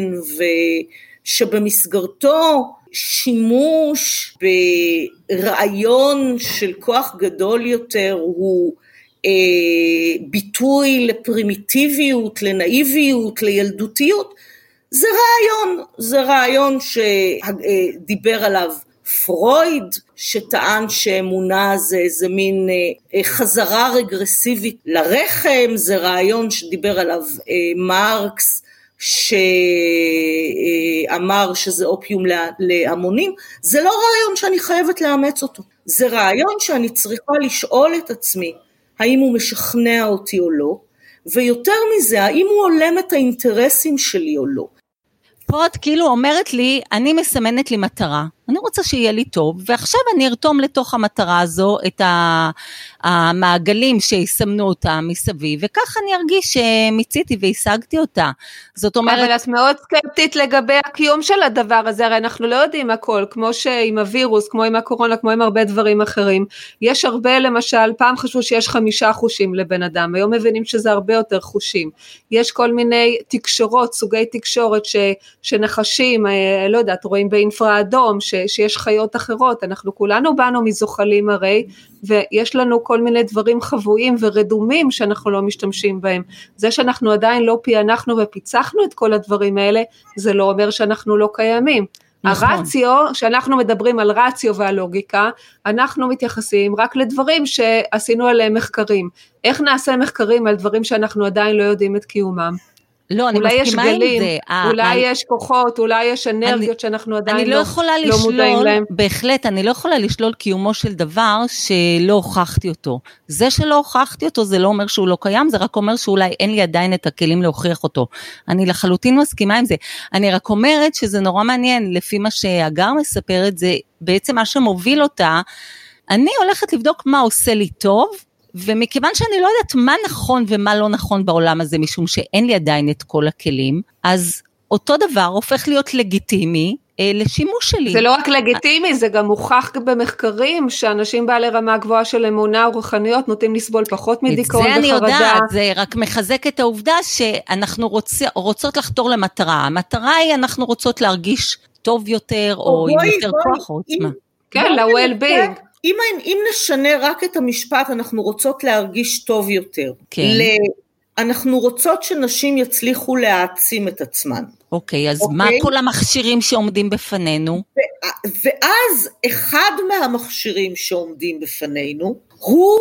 ושבמסגרתו שימוש ברעיון של כוח גדול יותר הוא אה, ביטוי לפרימיטיביות, לנאיביות, לילדותיות, זה רעיון, זה רעיון שדיבר עליו פרויד, שטען שאמונה זה איזה מין אה, חזרה רגרסיבית לרחם, זה רעיון שדיבר עליו אה, מרקס, שאמר שזה אופיום להמונים, זה לא רעיון שאני חייבת לאמץ אותו, זה רעיון שאני צריכה לשאול את עצמי, האם הוא משכנע אותי או לא, ויותר מזה, האם הוא הולם את האינטרסים שלי או לא. פה את כאילו אומרת לי, אני מסמנת לי מטרה, אני רוצה שיהיה לי טוב, ועכשיו אני ארתום לתוך המטרה הזו את המעגלים שיסמנו אותה מסביב, וכך אני ארגיש שמיציתי והשגתי אותה. זאת אומרת... אבל את מאוד סקפטית לגבי הקיום של הדבר הזה, הרי אנחנו לא יודעים הכל, כמו שעם הווירוס, כמו עם הקורונה, כמו עם הרבה דברים אחרים. יש הרבה, למשל, פעם חשבו שיש חמישה חושים לבן אדם, היום מבינים שזה הרבה יותר חושים. יש כל מיני תקשורות, סוגי תקשורת ש, שנחשים, לא יודעת, רואים באינפרה אדום, ש, שיש חיות אחרות, אנחנו כולנו באנו מזוחלים הרי, ויש לנו כל מיני דברים חבויים ורדומים שאנחנו לא משתמשים בהם. זה שאנחנו עדיין לא פענחנו ופיצחנו את כל הדברים האלה, זה לא אומר שאנחנו לא קיימים. נכון. הרציו, שאנחנו מדברים על רציו והלוגיקה, אנחנו מתייחסים רק לדברים שעשינו עליהם מחקרים. איך נעשה מחקרים על דברים שאנחנו עדיין לא יודעים את קיומם? לא, אני מסכימה עם זה. אולי יש כוחות, אולי יש אנרגיות שאנחנו עדיין לא מודעים להם. בהחלט, אני לא יכולה לשלול קיומו של דבר שלא הוכחתי אותו. זה שלא הוכחתי אותו, זה לא אומר שהוא לא קיים, זה רק אומר שאולי אין לי עדיין את הכלים להוכיח אותו. אני לחלוטין מסכימה עם זה. אני רק אומרת שזה נורא מעניין, לפי מה שהגר מספרת, זה בעצם מה שמוביל אותה. אני הולכת לבדוק מה עושה לי טוב, ומכיוון שאני לא יודעת מה נכון ומה לא נכון בעולם הזה, משום שאין לי עדיין את כל הכלים, אז אותו דבר הופך להיות לגיטימי אה, לשימוש שלי. זה לא רק לגיטימי, זה גם מוכח במחקרים, שאנשים בעלי רמה גבוהה של אמונה ורוחניות, נוטים לסבול פחות מדיכאון וחרדה. זה אני יודעת, זה רק מחזק את העובדה, שאנחנו רוצ, רוצות לחתור למטרה. המטרה היא, אנחנו רוצות להרגיש טוב יותר, או עם יותר כוח או עוצמה. כן, ל-well-being. אם, אם נשנה רק את המשפט, אנחנו רוצות להרגיש טוב יותר. כן. ל, אנחנו רוצות שנשים יצליחו להעצים את עצמן. אוקיי, אז אוקיי? מה כל המכשירים שעומדים בפנינו? ו, ואז אחד מהמכשירים שעומדים בפנינו, הוא,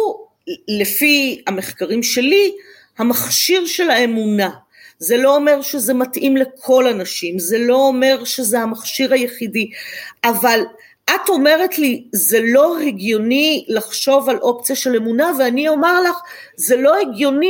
לפי המחקרים שלי, המכשיר של האמונה. זה לא אומר שזה מתאים לכל אנשים, זה לא אומר שזה המכשיר היחידי, אבל... את אומרת לי, זה לא הגיוני לחשוב על אופציה של אמונה, ואני אומר לך, זה לא הגיוני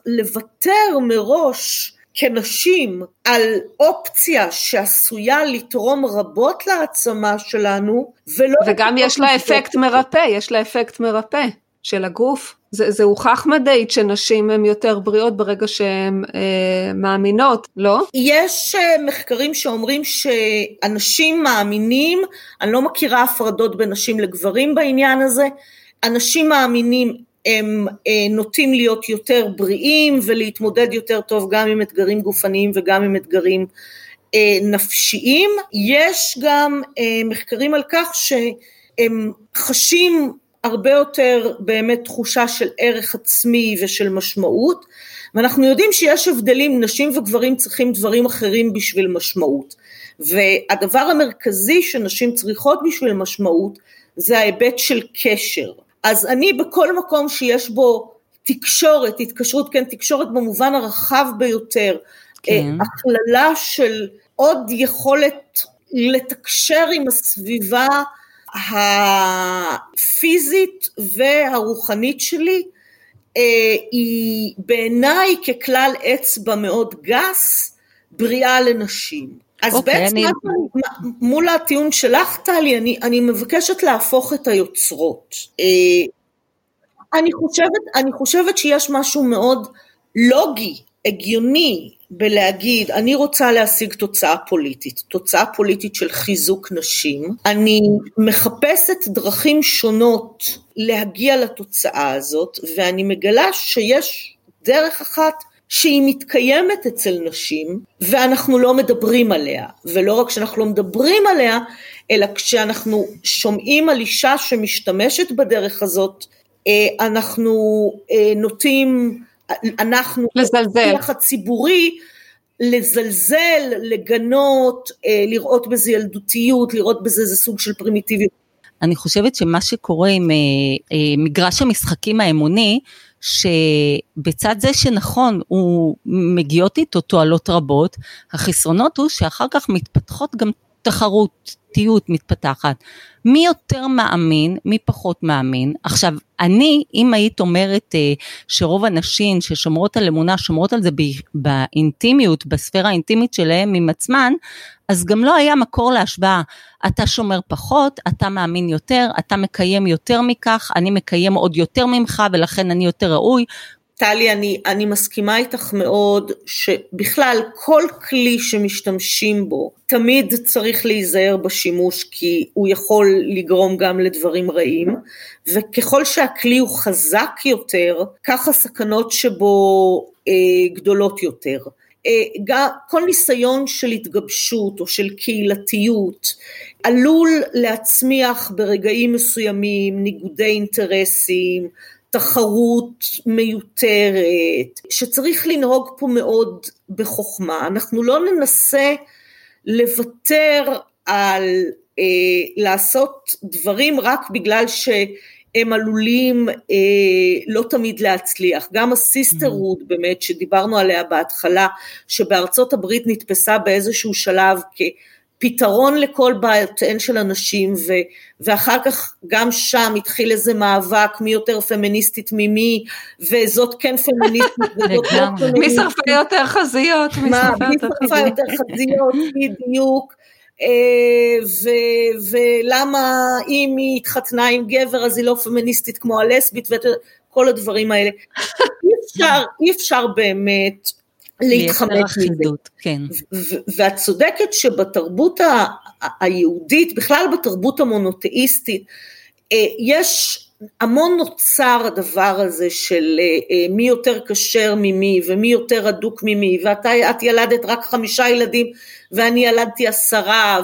לוותר מראש כנשים על אופציה שעשויה לתרום רבות להעצמה שלנו, ולא... וגם יש לה אפקט מרפא, יש לה אפקט מרפא של הגוף. זה, זה הוכח מדעית שנשים הן יותר בריאות ברגע שהן אה, מאמינות, לא? יש אה, מחקרים שאומרים שאנשים מאמינים, אני לא מכירה הפרדות בין נשים לגברים בעניין הזה, אנשים מאמינים הם אה, נוטים להיות יותר בריאים ולהתמודד יותר טוב גם עם אתגרים גופניים וגם עם אתגרים אה, נפשיים. יש גם אה, מחקרים על כך שהם חשים הרבה יותר באמת תחושה של ערך עצמי ושל משמעות, ואנחנו יודעים שיש הבדלים, נשים וגברים צריכים דברים אחרים בשביל משמעות, והדבר המרכזי שנשים צריכות בשביל משמעות, זה ההיבט של קשר. אז אני בכל מקום שיש בו תקשורת, התקשרות, כן, תקשורת במובן הרחב ביותר, כן. הכללה של עוד יכולת לתקשר עם הסביבה, הפיזית והרוחנית שלי, היא בעיניי ככלל אצבע מאוד גס, בריאה לנשים. אז okay, בעצם אני... מול הטיעון שלך טלי, אני, אני מבקשת להפוך את היוצרות. אני חושבת, אני חושבת שיש משהו מאוד לוגי, הגיוני, בלהגיד, אני רוצה להשיג תוצאה פוליטית, תוצאה פוליטית של חיזוק נשים, אני מחפשת דרכים שונות להגיע לתוצאה הזאת, ואני מגלה שיש דרך אחת שהיא מתקיימת אצל נשים, ואנחנו לא מדברים עליה, ולא רק שאנחנו לא מדברים עליה, אלא כשאנחנו שומעים על אישה שמשתמשת בדרך הזאת, אנחנו נוטים, אנחנו, לזלזל. בשיח הציבורי, לזלזל, לגנות, לראות בזה ילדותיות, לראות בזה איזה סוג של פרימיטיביות. אני חושבת שמה שקורה עם מגרש המשחקים האמוני, שבצד זה שנכון, הוא מגיעות איתו תועלות רבות, החסרונות הוא שאחר כך מתפתחות גם תחרותיות מתפתחת. מי יותר מאמין, מי פחות מאמין. עכשיו, אני, אם היית אומרת שרוב הנשים ששומרות על אמונה, שומרות על זה באינטימיות, בספירה האינטימית שלהם עם עצמן, אז גם לא היה מקור להשוואה. אתה שומר פחות, אתה מאמין יותר, אתה מקיים יותר מכך, אני מקיים עוד יותר ממך, ולכן אני יותר ראוי. טלי, אני, אני מסכימה איתך מאוד, שבכלל כל כלי שמשתמשים בו, תמיד צריך להיזהר בשימוש, כי הוא יכול לגרום גם לדברים רעים, וככל שהכלי הוא חזק יותר, כך הסכנות שבו אה, גדולות יותר. כל ניסיון של התגבשות או של קהילתיות עלול להצמיח ברגעים מסוימים ניגודי אינטרסים, תחרות מיותרת, שצריך לנהוג פה מאוד בחוכמה. אנחנו לא ננסה לוותר על אה, לעשות דברים רק בגלל ש... הם עלולים אה, לא תמיד להצליח. גם הסיסטרהוד mm-hmm. באמת שדיברנו עליה בהתחלה, שבארצות הברית נתפסה באיזשהו שלב כפתרון לכל בעיותיהן של אנשים, ו, ואחר כך גם שם התחיל איזה מאבק, מי יותר פמיניסטית ממי, וזאת כן פמיניסטית, וזאת לא פמיניסטית. מי שרפה יותר חזיות? מי שרפה יותר חזיות, בדיוק. ולמה אם היא התחתנה עם גבר אז היא לא פמיניסטית כמו הלסבית וכל הדברים האלה. אי אפשר באמת להתחמק מזה. ואת צודקת שבתרבות היהודית, בכלל בתרבות המונותאיסטית, יש המון נוצר הדבר הזה של מי יותר קשר ממי ומי יותר עדוק ממי, ואת ילדת רק חמישה ילדים ואני ילדתי עשרה,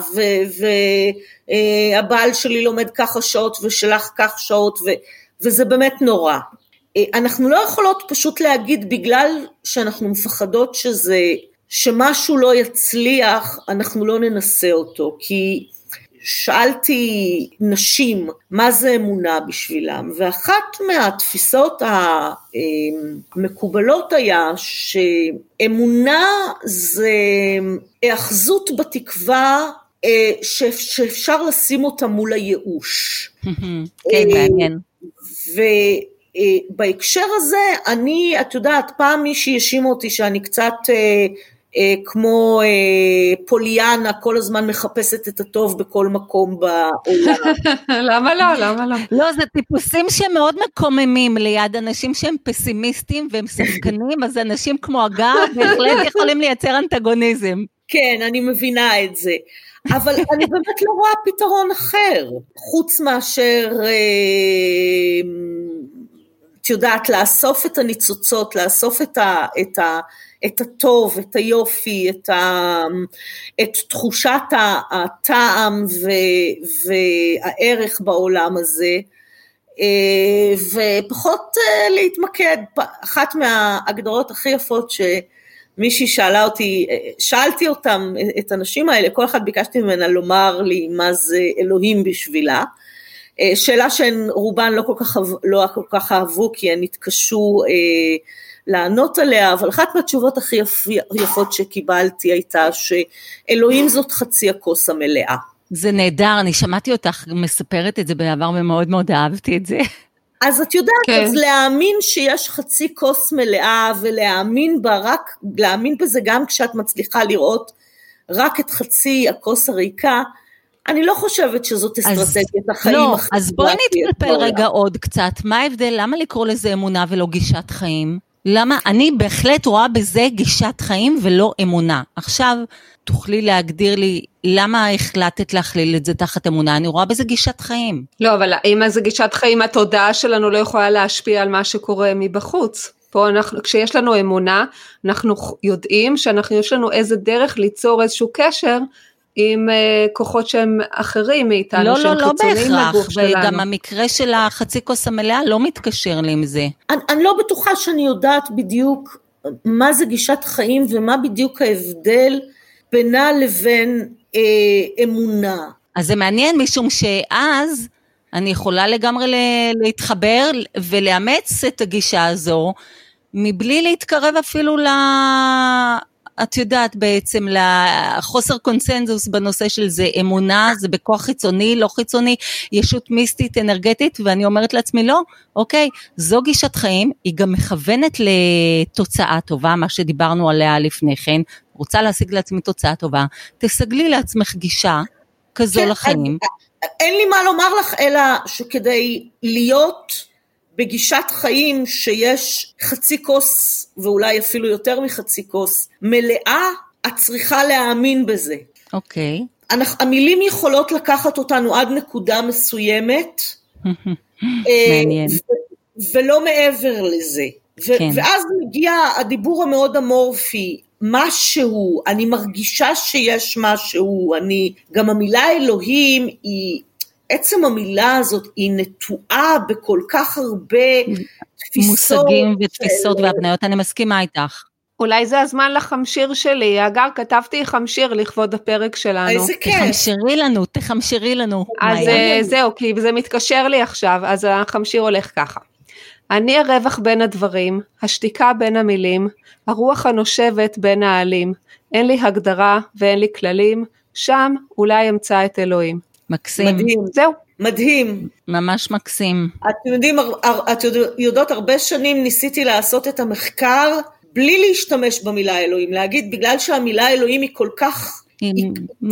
והבעל שלי לומד ככה שעות ושלח כך שעות, וזה באמת נורא. אנחנו לא יכולות פשוט להגיד בגלל שאנחנו מפחדות שזה, שמשהו לא יצליח, אנחנו לא ננסה אותו, כי שאלתי נשים מה זה אמונה בשבילם, ואחת מהתפיסות המקובלות היה שאמונה זה האחזות בתקווה שאפשר לשים אותה מול הייאוש. כן, מעניין. ובהקשר הזה, אני, את יודעת, פעם מישהי יאשים אותי שאני קצת כמו פוליאנה, כל הזמן מחפשת את הטוב בכל מקום בעולם. למה לא? למה לא? לא, זה טיפוסים שמאוד מקוממים ליד אנשים שהם פסימיסטים והם ספקנים, אז אנשים כמו הגר בהחלט יכולים לייצר אנטגוניזם. כן, אני מבינה את זה. אבל אני באמת לא רואה פתרון אחר, חוץ מאשר, את יודעת, לאסוף את הניצוצות, לאסוף את ה... את ה את הטוב, את היופי, את, ה, את תחושת הטעם ו, והערך בעולם הזה, ופחות להתמקד. אחת מההגדרות הכי יפות שמישהי שאלה אותי, שאלתי אותם, את האנשים האלה, כל אחד ביקשתי ממנה לומר לי מה זה אלוהים בשבילה, שאלה שהן רובן לא כל כך, לא כל כך אהבו, כי הן התקשו לענות עליה, אבל אחת מהתשובות הכי יפות שקיבלתי הייתה שאלוהים זאת חצי הכוס המלאה. זה נהדר, אני שמעתי אותך מספרת את זה בעבר ומאוד מאוד אהבתי את זה. אז את יודעת, כן. אז להאמין שיש חצי כוס מלאה ולהאמין בה רק, להאמין בזה גם כשאת מצליחה לראות רק את חצי הכוס הריקה, אני לא חושבת שזאת אסטרטגיית החיים. לא, אז בואי נתפלפל רגע עוד קצת, מה ההבדל, למה לקרוא לזה אמונה ולא גישת חיים? למה? אני בהחלט רואה בזה גישת חיים ולא אמונה. עכשיו תוכלי להגדיר לי למה החלטת להכליל את זה תחת אמונה, אני רואה בזה גישת חיים. לא, אבל אם זה גישת חיים, התודעה שלנו לא יכולה להשפיע על מה שקורה מבחוץ. פה אנחנו, כשיש לנו אמונה, אנחנו יודעים שאנחנו, יש לנו איזה דרך ליצור איזשהו קשר, עם uh, כוחות שהם אחרים מאיתנו, לא, שהם לא, חיצוניים לא לגוף שלנו. בהכרח, וגם המקרה של החצי כוס המלאה לא מתקשר לי עם זה. אני, אני לא בטוחה שאני יודעת בדיוק מה זה גישת חיים, ומה בדיוק ההבדל בינה לבין אה, אמונה. אז זה מעניין, משום שאז אני יכולה לגמרי להתחבר ולאמץ את הגישה הזו, מבלי להתקרב אפילו ל... את יודעת בעצם לחוסר קונסנזוס בנושא של זה, אמונה, זה בכוח חיצוני, לא חיצוני, ישות מיסטית, אנרגטית, ואני אומרת לעצמי לא, אוקיי, זו גישת חיים, היא גם מכוונת לתוצאה טובה, מה שדיברנו עליה לפני כן, רוצה להשיג לעצמי תוצאה טובה, תסגלי לעצמך גישה כזו כן, לחיים. אין לי מה לומר לך, אלא שכדי להיות בגישת חיים שיש חצי כוס, ואולי אפילו יותר מחצי כוס, מלאה, את צריכה להאמין בזה. אוקיי. אנחנו, המילים יכולות לקחת אותנו עד נקודה מסוימת, מעניין. ו- ולא מעבר לזה. ו- כן. ואז מגיע הדיבור המאוד אמורפי, משהו, אני מרגישה שיש משהו, אני, גם המילה אלוהים היא, עצם המילה הזאת היא נטועה בכל כך הרבה תפיסות. מושגים ותפיסות והבניות, אני מסכימה איתך. אולי זה הזמן לחמשיר שלי, אגר כתבתי חמשיר לכבוד הפרק שלנו. איזה כיף. תחמשרי לנו, תחמשרי לנו. אז זהו, כי זה מתקשר לי עכשיו, אז החמשיר הולך ככה. אני הרווח בין הדברים, השתיקה בין המילים, הרוח הנושבת בין העלים, אין לי הגדרה ואין לי כללים, שם אולי אמצא את אלוהים. מקסים. מדהים. זהו. מדהים. ממש מקסים. אתם יודעים, את יודעות, הרבה שנים ניסיתי לעשות את המחקר, בלי להשתמש במילה אלוהים, להגיד, בגלל שהמילה אלוהים היא כל כך, היא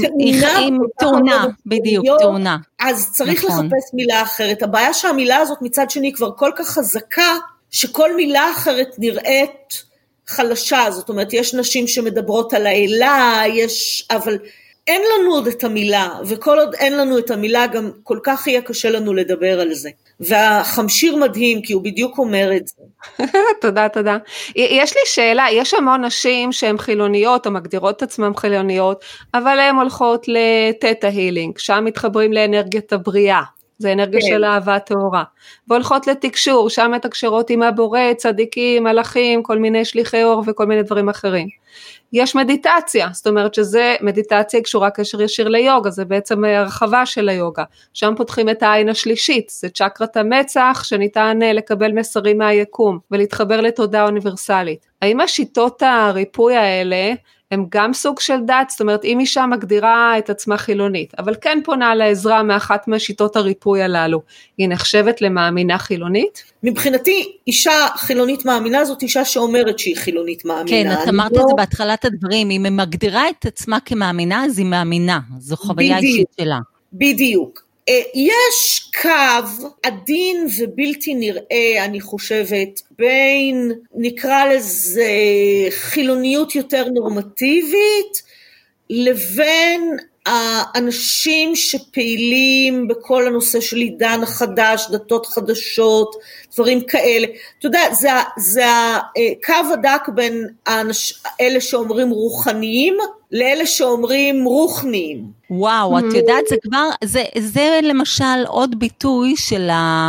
טעונה, בדיוק, טעונה. אז צריך לחפש מילה אחרת. הבעיה שהמילה הזאת מצד שני כבר כל כך חזקה, שכל מילה אחרת נראית חלשה, זאת אומרת, יש נשים שמדברות על האלה, יש, אבל אין לנו עוד את המילה, וכל עוד אין לנו את המילה, גם כל כך יהיה קשה לנו לדבר על זה. והחמשיר מדהים, כי הוא בדיוק אומר את זה. תודה, תודה. יש לי שאלה, יש המון נשים שהן חילוניות, או מגדירות את עצמן חילוניות, אבל הן הולכות לטטה הילינג, שם מתחברים לאנרגיית הבריאה, זה אנרגיה כן. של אהבה טהורה, והולכות לתקשור, שם מתקשרות עם הבורא, צדיקים, מלאכים, כל מיני שליחי אור, וכל מיני דברים אחרים. יש מדיטציה, זאת אומרת שזה מדיטציה קשורה קשר ישיר ליוגה, זה בעצם הרחבה של היוגה, שם פותחים את העין השלישית, זה צ'קרת המצח שניתן לקבל מסרים מהיקום, ולהתחבר לתודעה אוניברסלית. האם השיטות הריפוי האלה, הם גם סוג של דת, זאת אומרת אם אישה מגדירה את עצמה חילונית, אבל כן פונה לעזרה מאחת מהשיטות הריפוי הללו, היא נחשבת למאמינה חילונית? מבחינתי אישה חילונית מאמינה זאת אישה שאומרת שהיא חילונית מאמינה. כן, את אמרת את זה בהתחלת הדברים, אם היא מגדירה את עצמה כמאמינה אז היא מאמינה, זו חוויה אישית שלה. בדיוק. יש קו עדין ובלתי נראה, אני חושבת, בין, נקרא לזה, חילוניות יותר נורמטיבית, לבין האנשים שפעילים בכל הנושא של עידן החדש, דתות חדשות, דברים כאלה. אתה יודע, זה, זה הקו הדק בין האנש, אלה שאומרים רוחניים, לאלה שאומרים רוחניים. וואו, את יודעת, זה כבר, זה, זה למשל עוד ביטוי של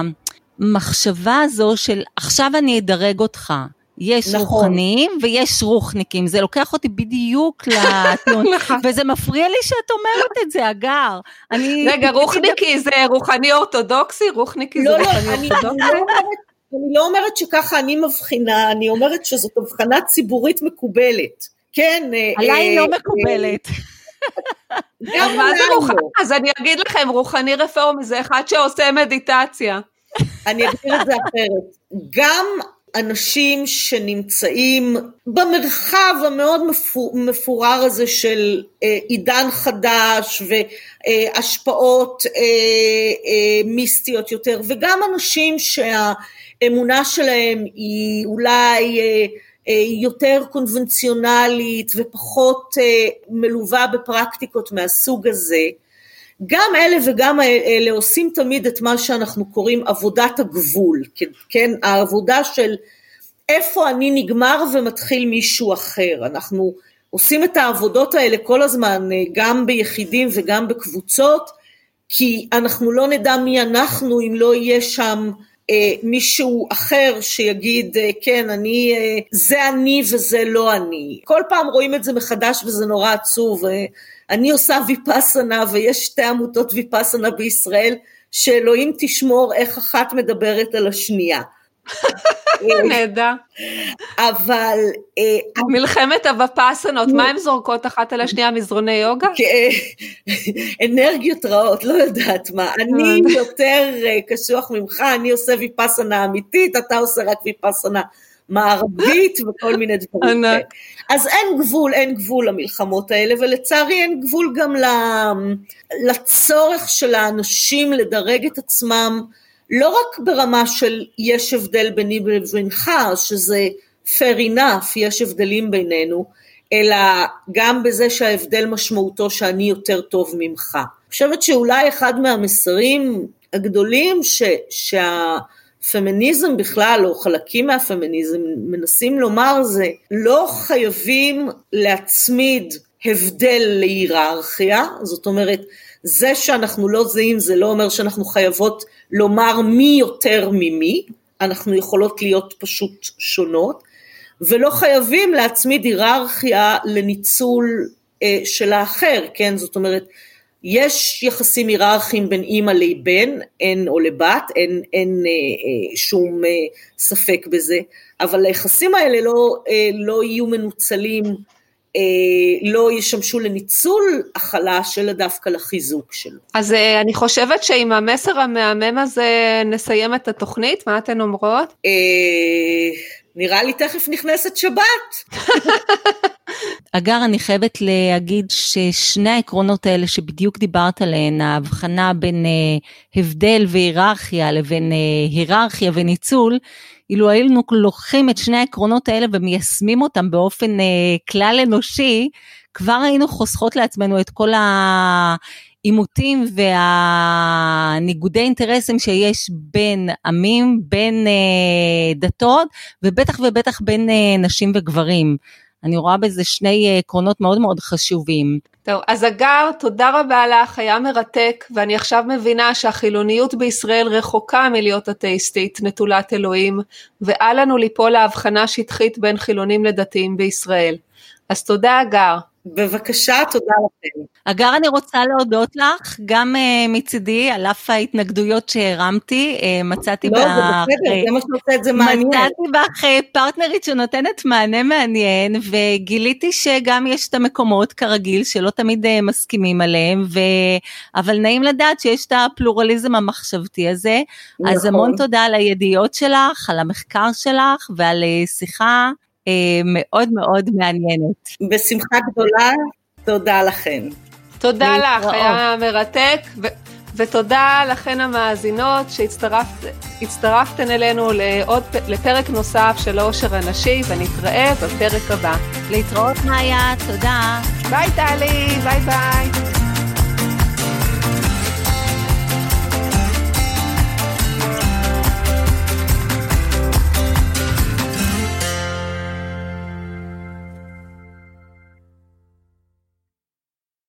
המחשבה הזו של עכשיו אני אדרג אותך. יש נכון. רוחניים ויש רוחניקים, זה לוקח אותי בדיוק לטיעון, וזה מפריע לי שאת אומרת את זה, אגר. אני... רגע, רוחניקי זה רוחני אורתודוקסי? רוחניקי לא, זה לא, רוחני אני, אורתודוקסי? אני, לא אומרת, אני לא אומרת שככה אני מבחינה, אני אומרת שזאת הבחנה ציבורית מקובלת. כן. עליי לא מקובלת. אז מה זה רוחני? אז אני אגיד לכם, רוחני רפורמי זה אחד שעושה מדיטציה. אני אגיד את זה אחרת. גם אנשים שנמצאים במרחב המאוד מפורר הזה של עידן חדש והשפעות מיסטיות יותר, וגם אנשים שהאמונה שלהם היא אולי יותר קונבנציונלית ופחות מלווה בפרקטיקות מהסוג הזה, גם אלה וגם אלה עושים תמיד את מה שאנחנו קוראים עבודת הגבול, כן, העבודה של איפה אני נגמר ומתחיל מישהו אחר. אנחנו עושים את העבודות האלה כל הזמן, גם ביחידים וגם בקבוצות, כי אנחנו לא נדע מי אנחנו אם לא יהיה שם אה, מישהו אחר שיגיד, אה, כן, אני, אה, זה אני וזה לא אני. כל פעם רואים את זה מחדש וזה נורא עצוב. אה, אני עושה ויפאסנה ויש שתי עמותות ויפאסנה בישראל, שאלוהים תשמור איך אחת מדברת על השנייה. נהדר. אבל מלחמת הויפאסנות, מה הן זורקות אחת על השנייה? מזרוני יוגה? אנרגיות רעות, לא יודעת מה. אני יותר קשוח ממך, אני עושה ויפאסנה אמיתית, אתה עושה רק ויפאסנה מערבית וכל מיני דברים. אז אין גבול, אין גבול למלחמות האלה, ולצערי אין גבול גם לצורך של האנשים לדרג את עצמם, לא רק ברמה של יש הבדל ביני ובינך, שזה fair enough, יש הבדלים בינינו, אלא גם בזה שההבדל משמעותו שאני יותר טוב ממך. אני חושבת שאולי אחד מהמסרים הגדולים ש, שהפמיניזם בכלל, או חלקים מהפמיניזם, מנסים לומר זה, לא חייבים להצמיד הבדל להיררכיה, זאת אומרת, זה שאנחנו לא זהים, זה לא אומר שאנחנו חייבות לומר מי יותר ממי, אנחנו יכולות להיות פשוט שונות, ולא חייבים להצמיד היררכיה לניצול אה, של האחר, כן? זאת אומרת, יש יחסים היררכיים בין אמא לבן, אין או לבת, אין, אין אה, אה, שום אה, ספק בזה, אבל היחסים האלה לא, אה, לא יהיו מנוצלים, לא ישמשו לניצול החלש, אלא דווקא לחיזוק שלו. אז אני חושבת שעם המסר המהמם הזה נסיים את התוכנית, מה אתן אומרות? נראה לי תכף נכנסת שבת. אגר, אני חייבת להגיד ששני העקרונות האלה שבדיוק דיברת עליהן, ההבחנה בין הבדל והיררכיה לבין היררכיה וניצול, אילו היינו לוקחים את שני העקרונות האלה ומיישמים אותם באופן אה, כלל אנושי, כבר היינו חוסכות לעצמנו את כל העימותים והניגודי אינטרסים שיש בין עמים, בין אה, דתות, ובטח ובטח בין אה, נשים וגברים. אני רואה בזה שני עקרונות מאוד מאוד חשובים. טוב, אז אגר, תודה רבה לך, היה מרתק, ואני עכשיו מבינה שהחילוניות בישראל רחוקה מלהיות אתאיסטית, נטולת אלוהים, ואל לנו ליפול להבחנה שטחית בין חילונים לדתיים בישראל. אז תודה אגר. בבקשה, תודה לכם. אגר, אני רוצה להודות לך, גם uh, מצידי, על אף ההתנגדויות שהרמתי, uh, מצאתי לא, בך... לא, זה בסדר, זה מה שעושה את זה מעניין. מצאתי בך uh, פרטנרית שנותנת מענה מעניין, וגיליתי שגם יש את המקומות כרגיל, שלא תמיד uh, מסכימים עליהם, ו... אבל נעים לדעת שיש את הפלורליזם המחשבתי הזה, נכון. אז המון תודה על הידיעות שלך, על המחקר שלך, ועל uh, שיחה, מאוד מאוד מעניינת. בשמחה גדולה, תודה לכם. תודה לך, היה מרתק, ו- ותודה לכן המאזינות שהצטרפתן אלינו לעוד, לפרק נוסף של העושר הנשי, ונתראה בפרק הבא. להתראות מאיה, תודה. ביי טלי, ביי ביי.